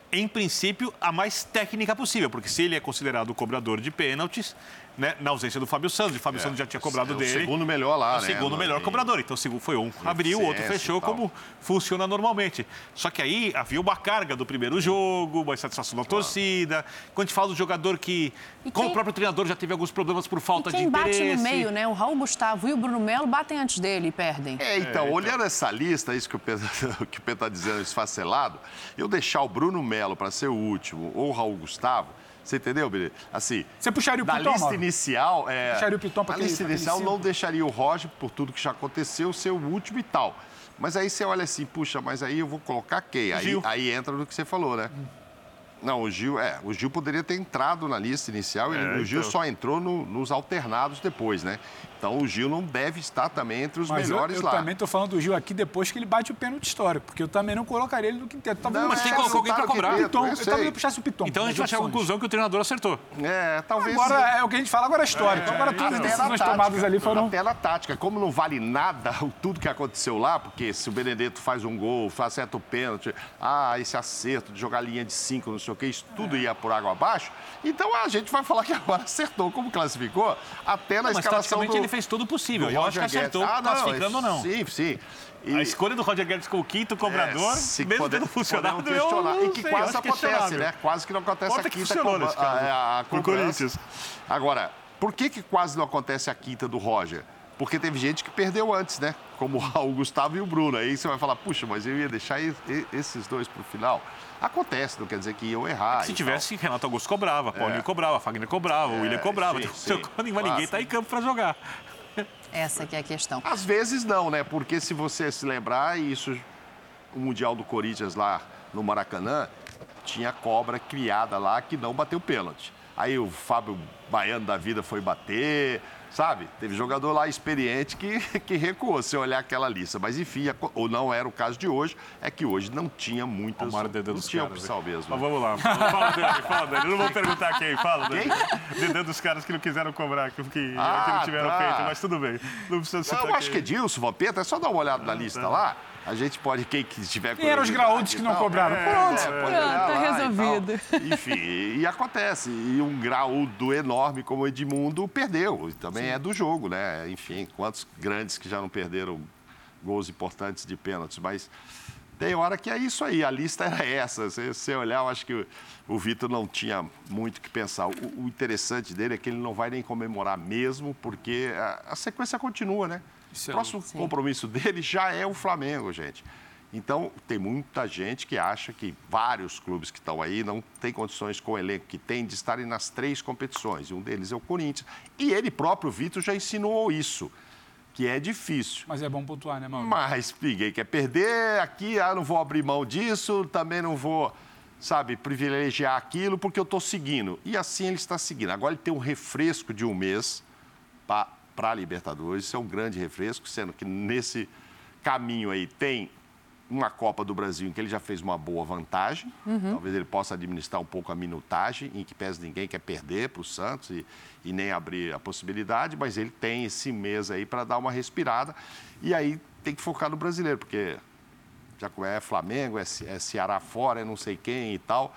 em princípio, a mais técnica possível, porque se ele é considerado o cobrador de pênaltis, né, na ausência do Fábio Santos, o Fábio É, Santos já tinha cobrado é o dele. segundo melhor lá, o né? segundo No- melhor em- cobrador. Então, o segundo foi um abriu, o outro eficiência fechou, e tal. como funciona normalmente. Só que aí havia uma carga do primeiro jogo, uma insatisfação da torcida. Quando a gente fala do jogador que, como o próprio treinador, já teve alguns problemas por falta de Quem interesse. bate no meio, né? O Raul Gustavo e o Bruno Melo batem antes dele e perdem. É, então, olhando essa lista, isso que o Pedro que o Pedro está dizendo, esfacelado, eu deixar o Bruno Melo para ser o último, ou o Raul Gustavo, você entendeu, Billy? Assim, Você puxaria o na Piton, lista Mauro? inicial, é, Puxaria o Piton pra na aquele- lista pra aquele inicial cinco? não deixaria o Roger, por tudo que já aconteceu, ser o último e tal. Mas aí você olha assim, puxa, mas aí eu vou colocar quem? Aí, Gil. aí entra no que você falou, né? Não, o Gil, é, o Gil poderia ter entrado na lista inicial, ele- É, o Gil então. só entrou no- nos alternados depois, né? Então o Gil não deve estar também entre os Mas eu, melhores eu lá. também tô falando do Gil aqui depois que ele bate o pênalti histórico, porque eu também não colocaria ele no quinteto. Talvez Não, eu mas puxasse tem que colocar alguém o pra cobrar. Piton, Eu eu sei. talvez eu puxasse o Piton. Então a gente vai nas chegar à opções. conclusão que o treinador acertou. É, talvez. Agora sim. é o que a gente fala, agora é histórico. Agora todas as Até na decisões tática, tomadas ali foram... Até na tática. Como não vale nada o- tudo que aconteceu lá, porque se o Benedetto faz um gol, acerta o pênalti, ah, esse acerto de jogar linha de cinco, não sei o quê, isso tudo ia por água abaixo. Então a gente vai falar que agora acertou como classificou, até na Não, mas escalação taticamente do... ele fez todo o possível. do Eu acho que Roger acertou, Guedes. Ah, não, classificando ou não. Sim, sim. E- A escolha do Roger Guedes com o quinto cobrador, É, se mesmo poder- tendo funcionado, podemos eu questionar. não E que sei, quase eu acho acontece, questionável. né? Quase que não acontece Pode a ter quinta funcionou cobra- nesse caso. a, a Pro cobrança. Corinthians. Agora, por que, que quase não acontece a quinta do Roger? Porque teve gente que perdeu antes, né? Como o Gustavo e o Bruno. Aí você vai falar, puxa, mas eu ia deixar e- e- esses dois pro final. Acontece, não quer dizer que iam errar. Se e tivesse, Renato Augusto cobrava, Paulinho É. cobrava, Fagner cobrava, o William cobrava. sim, Então, sim, quando ninguém claro. está em campo para jogar. Essa que é a questão. Às vezes não, né? Porque se você se lembrar, isso, o Mundial do Corinthians lá no Maracanã, tinha cobra criada lá que não bateu pênalti. Aí o Fábio Baiano da vida foi bater, sabe? Teve jogador lá experiente que, que recuou, se olhar aquela lista. Mas enfim, ou não era o caso de hoje, é que hoje não tinha muitas, Tomaram o dedão não dos tinha caras, opção hein? mesmo. Mas vamos lá. Fala, Dani, fala, Dani. Eu não vou perguntar quem, fala, Dani. Quem? Dedão dos caras que não quiseram cobrar, que, que, Ah, que não tiveram tá. feito, mas tudo bem. Não precisa citar Eu acho que quem. é Edilson, Vampeta, é só dar uma olhada na lista lá. A gente pode, quem que tiver Quem eram os curiosidade graúdos que e não tal, cobraram? é, Pronto. é, pode Pronto, olhar tá lá e resolvido. tal. Enfim, e acontece. E um graúdo enorme como o Edmundo perdeu. E também é do jogo, né? Enfim, quantos grandes que já não perderam gols importantes de pênaltis. Mas tem hora que é isso aí, a lista era essa. Se você olhar, eu acho que o, o Vitor não tinha muito o que pensar. O, o interessante dele é que ele não vai nem comemorar mesmo, porque a, a sequência continua, né? O próximo Sim. compromisso dele já é o Flamengo, gente. Então, tem muita gente que acha que vários clubes que estão aí não têm condições com o elenco que tem de estarem nas três competições. E um deles é o Corinthians. E ele próprio, Vitor, já insinuou isso, que é difícil. Mas é bom pontuar, né, Mauro? Mas ninguém quer perder aqui, ah, não vou abrir mão disso, também não vou, sabe, privilegiar aquilo, porque eu estou seguindo. E assim ele está seguindo. Agora ele tem um refresco de um mês para a Libertadores, isso é um grande refresco, sendo que nesse caminho aí tem uma Copa do Brasil em que ele já fez uma boa vantagem, Uhum. talvez ele possa administrar um pouco a minutagem, em que pese ninguém quer perder para o Santos e, e nem abrir a possibilidade, mas ele tem esse mês aí para dar uma respirada e aí tem que focar no brasileiro, porque já é Flamengo, é, Ce- é Ceará fora, é não sei quem e tal,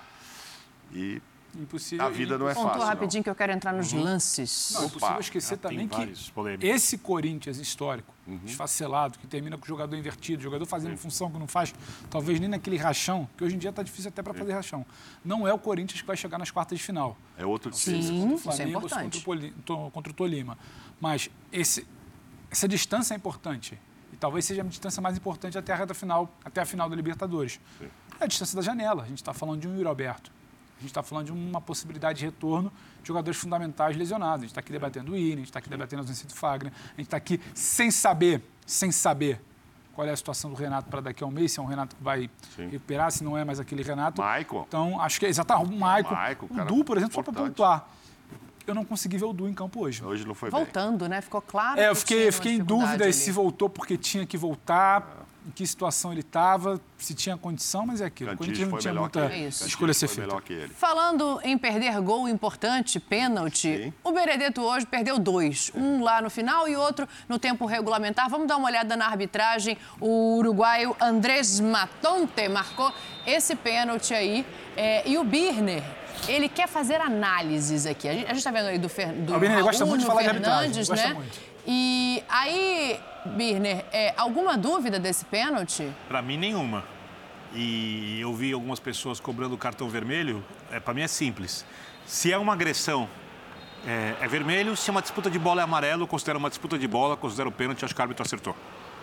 e Impossível. a vida não é Pontua fácil, rapidinho que eu quero entrar nos lances. Não, é possível esquecer já tem também que vários polêmicos. esse Corinthians histórico, Uhum. desfacelado, que termina com o jogador invertido, jogador fazendo função que não faz, talvez nem naquele rachão, que hoje em dia está difícil até para fazer rachão. Não é o Corinthians que vai chegar nas quartas de final. é outro Sim, Contra o isso é Flamengo, importante. Contra o, Poli- to- contra o Tolima. Mas esse, essa distância é importante. E talvez seja a distância mais importante até a reta final, até a final da Libertadores. É a distância da janela. A gente está falando de um Yuri Alberto. A gente está falando de uma possibilidade de retorno de jogadores fundamentais lesionados. A gente está aqui debatendo o Willian, a gente está aqui debatendo a ausência do Fagner. A gente está aqui sem saber, sem saber qual é a situação do Renato para daqui a um mês, se é um Renato que vai Sim. recuperar, se não é mais aquele Renato. Maicon. Então, acho que é exatamente o Maicon. Maicon, O cara, Du, por exemplo, só para importante. pontuar. Eu não consegui ver o Du em campo hoje. Hoje não foi bem. Voltando, né? Ficou claro É, eu que fiquei, tinha eu uma fiquei em dificuldade dúvida ali. se voltou porque tinha que voltar, em que situação ele estava, se tinha condição, mas é aquilo. O Cantígio Corinthians não foi tinha melhor muita que ele. Isso. escolha a ser Foi feita. melhor que ele. Falando em perder gol importante, pênalti, o Benedetto hoje perdeu dois. Um lá no final e outro no tempo regulamentar. Vamos dar uma olhada na arbitragem. O uruguaio Andrés Matonte marcou esse pênalti aí. É, e o Birner, ele quer fazer análises aqui. A gente está vendo aí do, Fer, do o Birner Raul, gosta muito de falar Fernandes, de arbitragem, né? gosta muito. E aí, Birner, é, alguma dúvida desse pênalti? Para mim, nenhuma. E eu vi algumas pessoas cobrando o cartão vermelho. É, para mim é simples. Se é uma agressão, é, é vermelho. Se é uma disputa de bola, é amarelo. Eu considero uma disputa de bola, considero o pênalti. Acho que o árbitro acertou.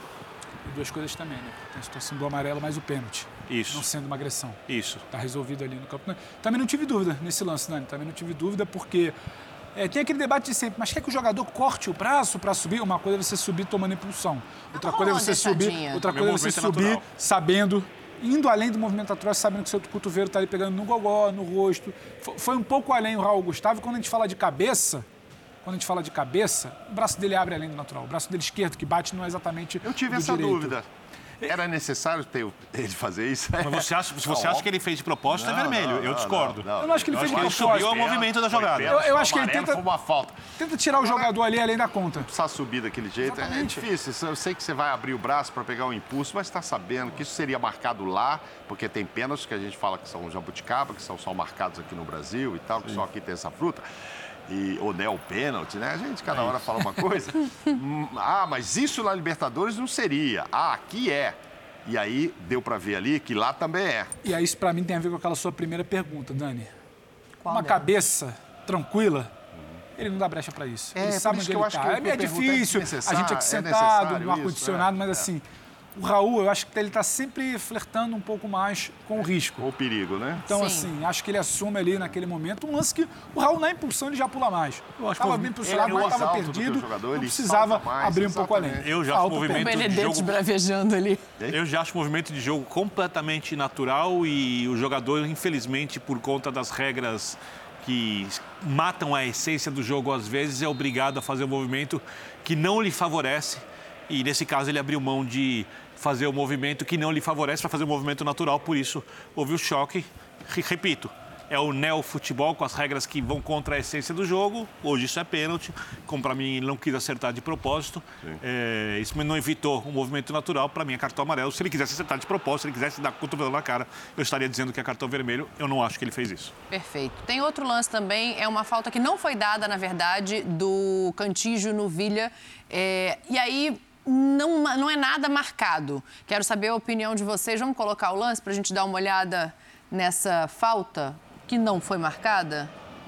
E duas coisas também, né? Tem a situação do amarelo, mais o pênalti. Isso. Não sendo uma agressão. Isso. Está resolvido ali no campo. Também não tive dúvida nesse lance, Dani. Também não tive dúvida porque... É, tem aquele debate de sempre, mas quer que o jogador corte o braço para subir? Uma coisa é você subir tomando impulsão. Outra coisa é você subir, outra coisa é você subir sabendo, indo além do movimento natural, sabendo que seu cotovelo está ali pegando no gogó, no rosto. Foi um pouco além o Raul Gustavo. Quando a gente fala de cabeça, quando a gente fala de cabeça, o braço dele abre além do natural. O braço dele esquerdo que bate não é exatamente Eu tive essa direito. dúvida. Era necessário ter ele fazer isso? Mas você acha, se você Não, acha que ele fez de propósito, não, é vermelho. não, eu não, discordo. não, não. Eu não acho que ele eu fez de acho que propósito. ele subiu o movimento da jogada. Eu, eu acho que ele tenta, Foi uma falta. tenta tirar o jogador ali além da conta. Precisar subir daquele jeito é, é difícil. Eu sei que você vai abrir o braço para pegar o impulso, mas está sabendo que isso seria marcado lá, porque tem pênaltis que a gente fala que são jabuticaba, que são só marcados aqui no Brasil e tal, que Sim. só aqui tem essa fruta. E, ou neo pênalti, né? A gente cada hora fala uma coisa. Ah, mas isso na Libertadores não seria. Ah, aqui é. E aí deu para ver ali que lá também é. E aí isso para mim tem a ver com aquela sua primeira pergunta, Dani. Qual uma dela? Cabeça tranquila, ele não dá brecha para isso. É, ele sabe onde ele está. É, é difícil, é a gente aqui sentado, no ar-condicionado, mas é. assim... O Raul, eu acho que ele está sempre flertando um pouco mais com o risco. O perigo, né? Então, Sim. assim, acho que ele assume ali naquele momento um lance que o Raul, na impulsão, ele já pula mais. Eu acho Estava que bem posicionado, mas estava perdido. Jogador, não ele precisava mais, abrir um exatamente. pouco além. Eu já acho o movimento O de Benedetti jogo... bravejando ali. Eu já acho o movimento de jogo completamente natural e o jogador, infelizmente, por conta das regras que matam a essência do jogo, às vezes é obrigado a fazer um movimento que não lhe favorece. E, nesse caso, ele abriu mão de fazer o movimento que não lhe favorece para fazer o movimento natural. Por isso, houve o choque. Repito, é o neo-futebol com as regras que vão contra a essência do jogo. Hoje isso é pênalti. Como para mim ele não quis acertar de propósito. É, isso não evitou o movimento natural. Para mim é cartão amarelo. Se ele quisesse acertar de propósito, se ele quisesse dar cotovelo na cara, eu estaria dizendo que é cartão vermelho. Eu não acho que ele fez isso. Perfeito. Tem outro lance também, é uma falta que não foi dada, na verdade, do Cantígio no Villa. É, e aí... Não, não é nada marcado. Quero saber a opinião de vocês. Vamos colocar o lance para a gente dar uma olhada nessa falta que não foi marcada?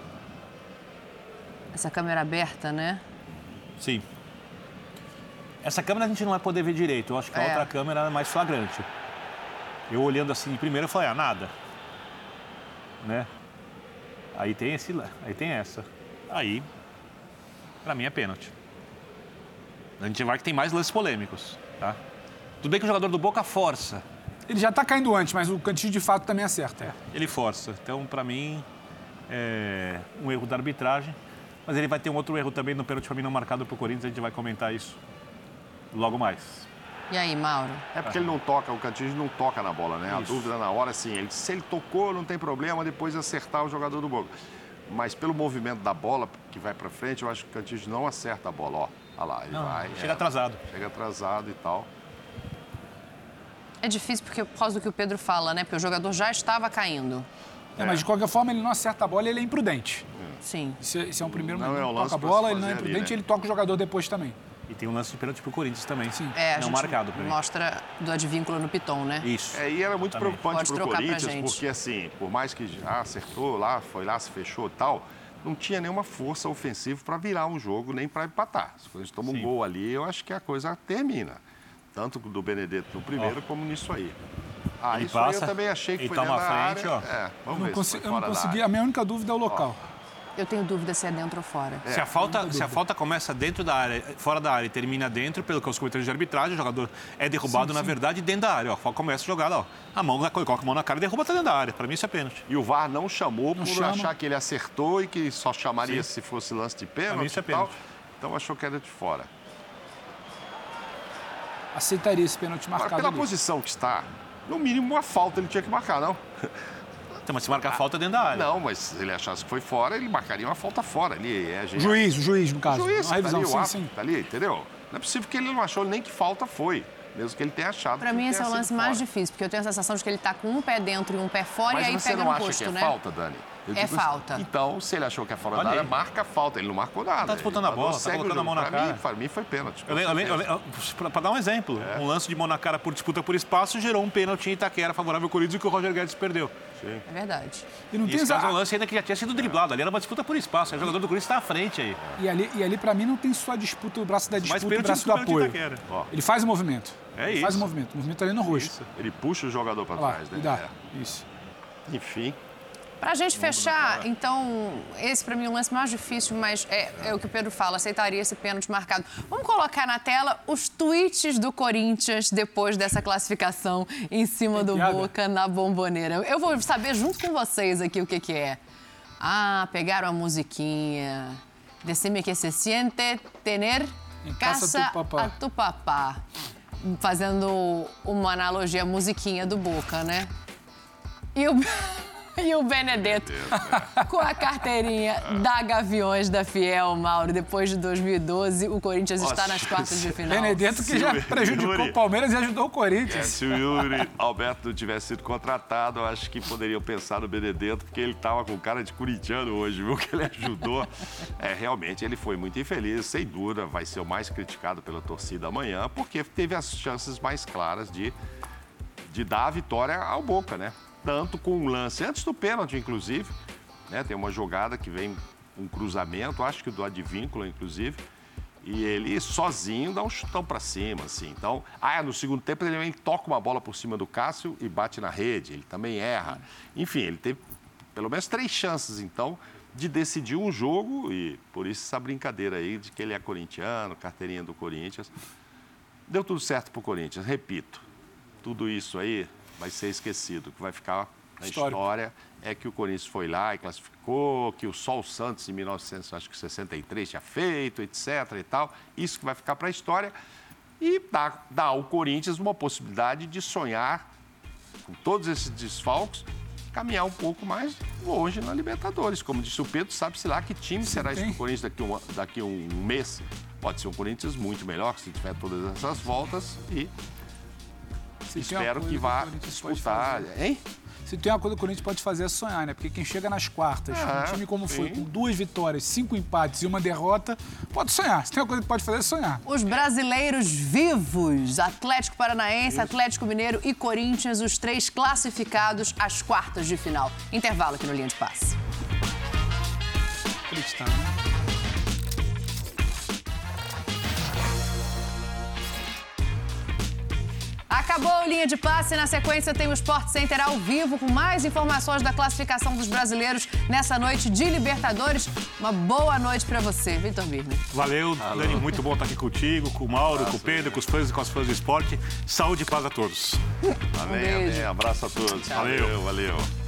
Essa câmera aberta, né? Sim. Essa câmera a gente não vai poder ver direito. Eu acho que a É. outra câmera é mais flagrante. Eu olhando assim de primeiro, eu falei, ah, nada. Né? Aí tem esse, aí tem essa. Aí, pra mim é pênalti. A gente vai que tem mais lances polêmicos, tá? Tudo bem que o jogador do Boca força. Ele já está caindo antes, mas o Cantígio de fato também acerta. É, ele força. Então, para mim, é um erro da arbitragem. Mas ele vai ter um outro erro também no pênalti, para mim, não marcado para o Corinthians. A gente vai comentar isso logo mais. E aí, Mauro? É porque ele não toca, o Cantígio não toca na bola, né? Isso. A dúvida na hora, assim, ele, se ele tocou, não tem problema depois acertar o jogador do Boca. Mas pelo movimento da bola que vai para frente, eu acho que o Cantígio não acerta a bola, ó. Olha lá, ele Não, vai. chega é, atrasado. Chega atrasado e tal. É difícil porque, por causa do que o Pedro fala, né? Porque o jogador já estava caindo. É, mas de qualquer forma ele não acerta a bola e ele é imprudente. Sim. Esse, esse é um primeiro Não momento. é o Ele lance toca a pra se bola, ele não é fazer ali, imprudente né? e ele toca o jogador depois também. E tem um lance de pênalti para o Corinthians também. Sim. É, a não gente marcado para mim. mostra do advínculo no Piton, né? Isso. É, e era muito Também. preocupante Pode para o trocar pra Corinthians, gente. porque assim, por mais que já acertou lá, foi lá, se fechou e tal, não tinha nenhuma força ofensiva para virar um jogo, nem para empatar. Se eles tomam um Sim. gol ali, eu acho que a coisa termina. Tanto do Benedetto no primeiro, Ó. como nisso aí. Ah, Ele isso aí passa, eu também achei que ele foi toma dentro da frente, área. ó. É, Eu vamos não, ver consigo, se eu foi não fora da consegui. área. A minha única dúvida é o local. Eu tenho dúvida se é dentro ou fora. Se, a falta, se a falta começa dentro da área, fora da área e termina dentro, pelo que os comentários de arbitragem, o jogador é derrubado, Sim, na sim. verdade, dentro da área. Ó, a falta começa a jogada, ó. A mão, coloca a mão na cara e derruba tá dentro da área. Para mim, isso é pênalti. E o V A R não chamou Não por chama. achar que ele acertou e que só chamaria Sim. se fosse lance de Pra mim, pênalti isso é e tal. pênalti. Então achou que era de fora. Aceitaria esse pênalti Agora, marcado pela ali. posição que está, no mínimo uma falta ele tinha que marcar, não? Então, mas se marcar a falta dentro da área. Não, mas se ele achasse que foi fora, ele marcaria uma falta fora ali. É, a O gente... juiz, o juiz, no caso. O juiz, Uma revisão, tá ali, sim, o sim. árbitro, tá ali, entendeu? Não é possível que ele não achou nem que falta foi. mesmo que ele tenha achado. Para mim, esse é o lance mais difícil, porque eu tenho a sensação de que ele está com um pé dentro e um pé fora, Mas e aí você pega não no acha rosto, que é né? falta, Dani? Eu É digo falta. Assim, então, se ele achou que é fora Olha da área, aí. marca a falta. Ele não marcou nada. Tá disputando a Ele bola, tá segue o colocando a mão jogo. na Pra cara. Mim, para mim foi pênalti. Eu, eu, eu, eu, Para dar um exemplo, é. um lance de mão na cara por disputa por espaço gerou um pênalti em Itaquera favorável ao Corinthians que o Roger Guedes perdeu. Sim. É verdade. E não e tem esse caso é a... um lance ainda que já tinha sido driblado. Ali era uma disputa por espaço. O jogador do Corinthians está à frente aí. E ali, e ali para mim, não tem só a disputa, o braço da disputa e o braço do apoio. Ele faz o movimento. É ele isso. faz o movimento. O movimento ali no rosto. Isso. Ele puxa o jogador para trás, né? E dá. É. Isso. Enfim. Pra gente fechar, então, esse pra mim é o lance mais difícil, mas é, é o que o Pedro fala, aceitaria esse pênalti marcado. Vamos colocar na tela os tweets do Corinthians depois dessa classificação em cima do Boca na Bombonera. Eu vou saber junto com vocês aqui o que que é. Ah, pegaram a musiquinha. Decime que se siente tener casa a tu papá. Fazendo uma analogia à musiquinha do Boca, né? E o... E o Benedetto com a carteirinha da Gaviões da Fiel, Mauro. Depois de dois mil e doze, o Corinthians Nossa, está nas quartas de final. Benedetto que já prejudicou Yuri, o Palmeiras e ajudou o Corinthians. É, se o Yuri Alberto não tivesse sido contratado, eu acho que poderiam pensar no Benedetto, porque ele estava com cara de corintiano hoje, viu? Que ele ajudou. É, realmente, ele foi muito infeliz, sem dúvida, vai ser o mais criticado pela torcida amanhã, porque teve as chances mais claras de, de dar a vitória ao Boca, né? Tanto com um lance antes do pênalti, inclusive, né? Tem uma jogada que vem um cruzamento, acho que do Advíncula, inclusive, e ele sozinho dá um chutão para cima, assim. Então, ah, no segundo tempo ele, ele toca uma bola por cima do Cássio e bate na rede, ele também erra. Enfim, ele teve pelo menos três chances, então, de decidir um jogo e por isso essa brincadeira aí de que ele é corintiano, carteirinha do Corinthians. Deu tudo certo pro Corinthians, repito, tudo isso aí vai ser esquecido. O que vai ficar na Histórico. história é que o Corinthians foi lá e classificou, que o só o Santos em mil novecentos e sessenta e três tinha feito, etc e tal. Isso que vai ficar para a história e dá, dá ao Corinthians uma possibilidade de sonhar com todos esses desfalques, caminhar um pouco mais longe na Libertadores. Como disse o Pedro, sabe-se lá que time será esse do Corinthians daqui a um, daqui a um mês. Pode ser um Corinthians muito melhor, se tiver todas essas voltas e... Se espero que vá que disputar, hein? Se tem uma coisa que o Corinthians pode fazer é sonhar, né? Porque quem chega nas quartas, é, um time como sim. foi, com duas vitórias, cinco empates e uma derrota, pode sonhar. Se tem uma coisa que pode fazer é sonhar. Os brasileiros vivos, Atlético Paranaense, Isso. Atlético Mineiro e Corinthians, os três classificados às quartas de final. Intervalo aqui no Linha de Passe. Acreditando, né? Acabou o Linha de Passe. Na sequência tem o Sport Center ao vivo com mais informações da classificação dos brasileiros nessa noite de Libertadores. Uma boa noite pra você, Vitor Birner. Valeu, Alô. Dani. Muito bom estar aqui contigo, com o Mauro, Abraço, com o Pedro, com os fãs e com as fãs do esporte. Saúde e paz a todos. Amém, um amém. Abraço a todos. Tchau. Valeu, valeu.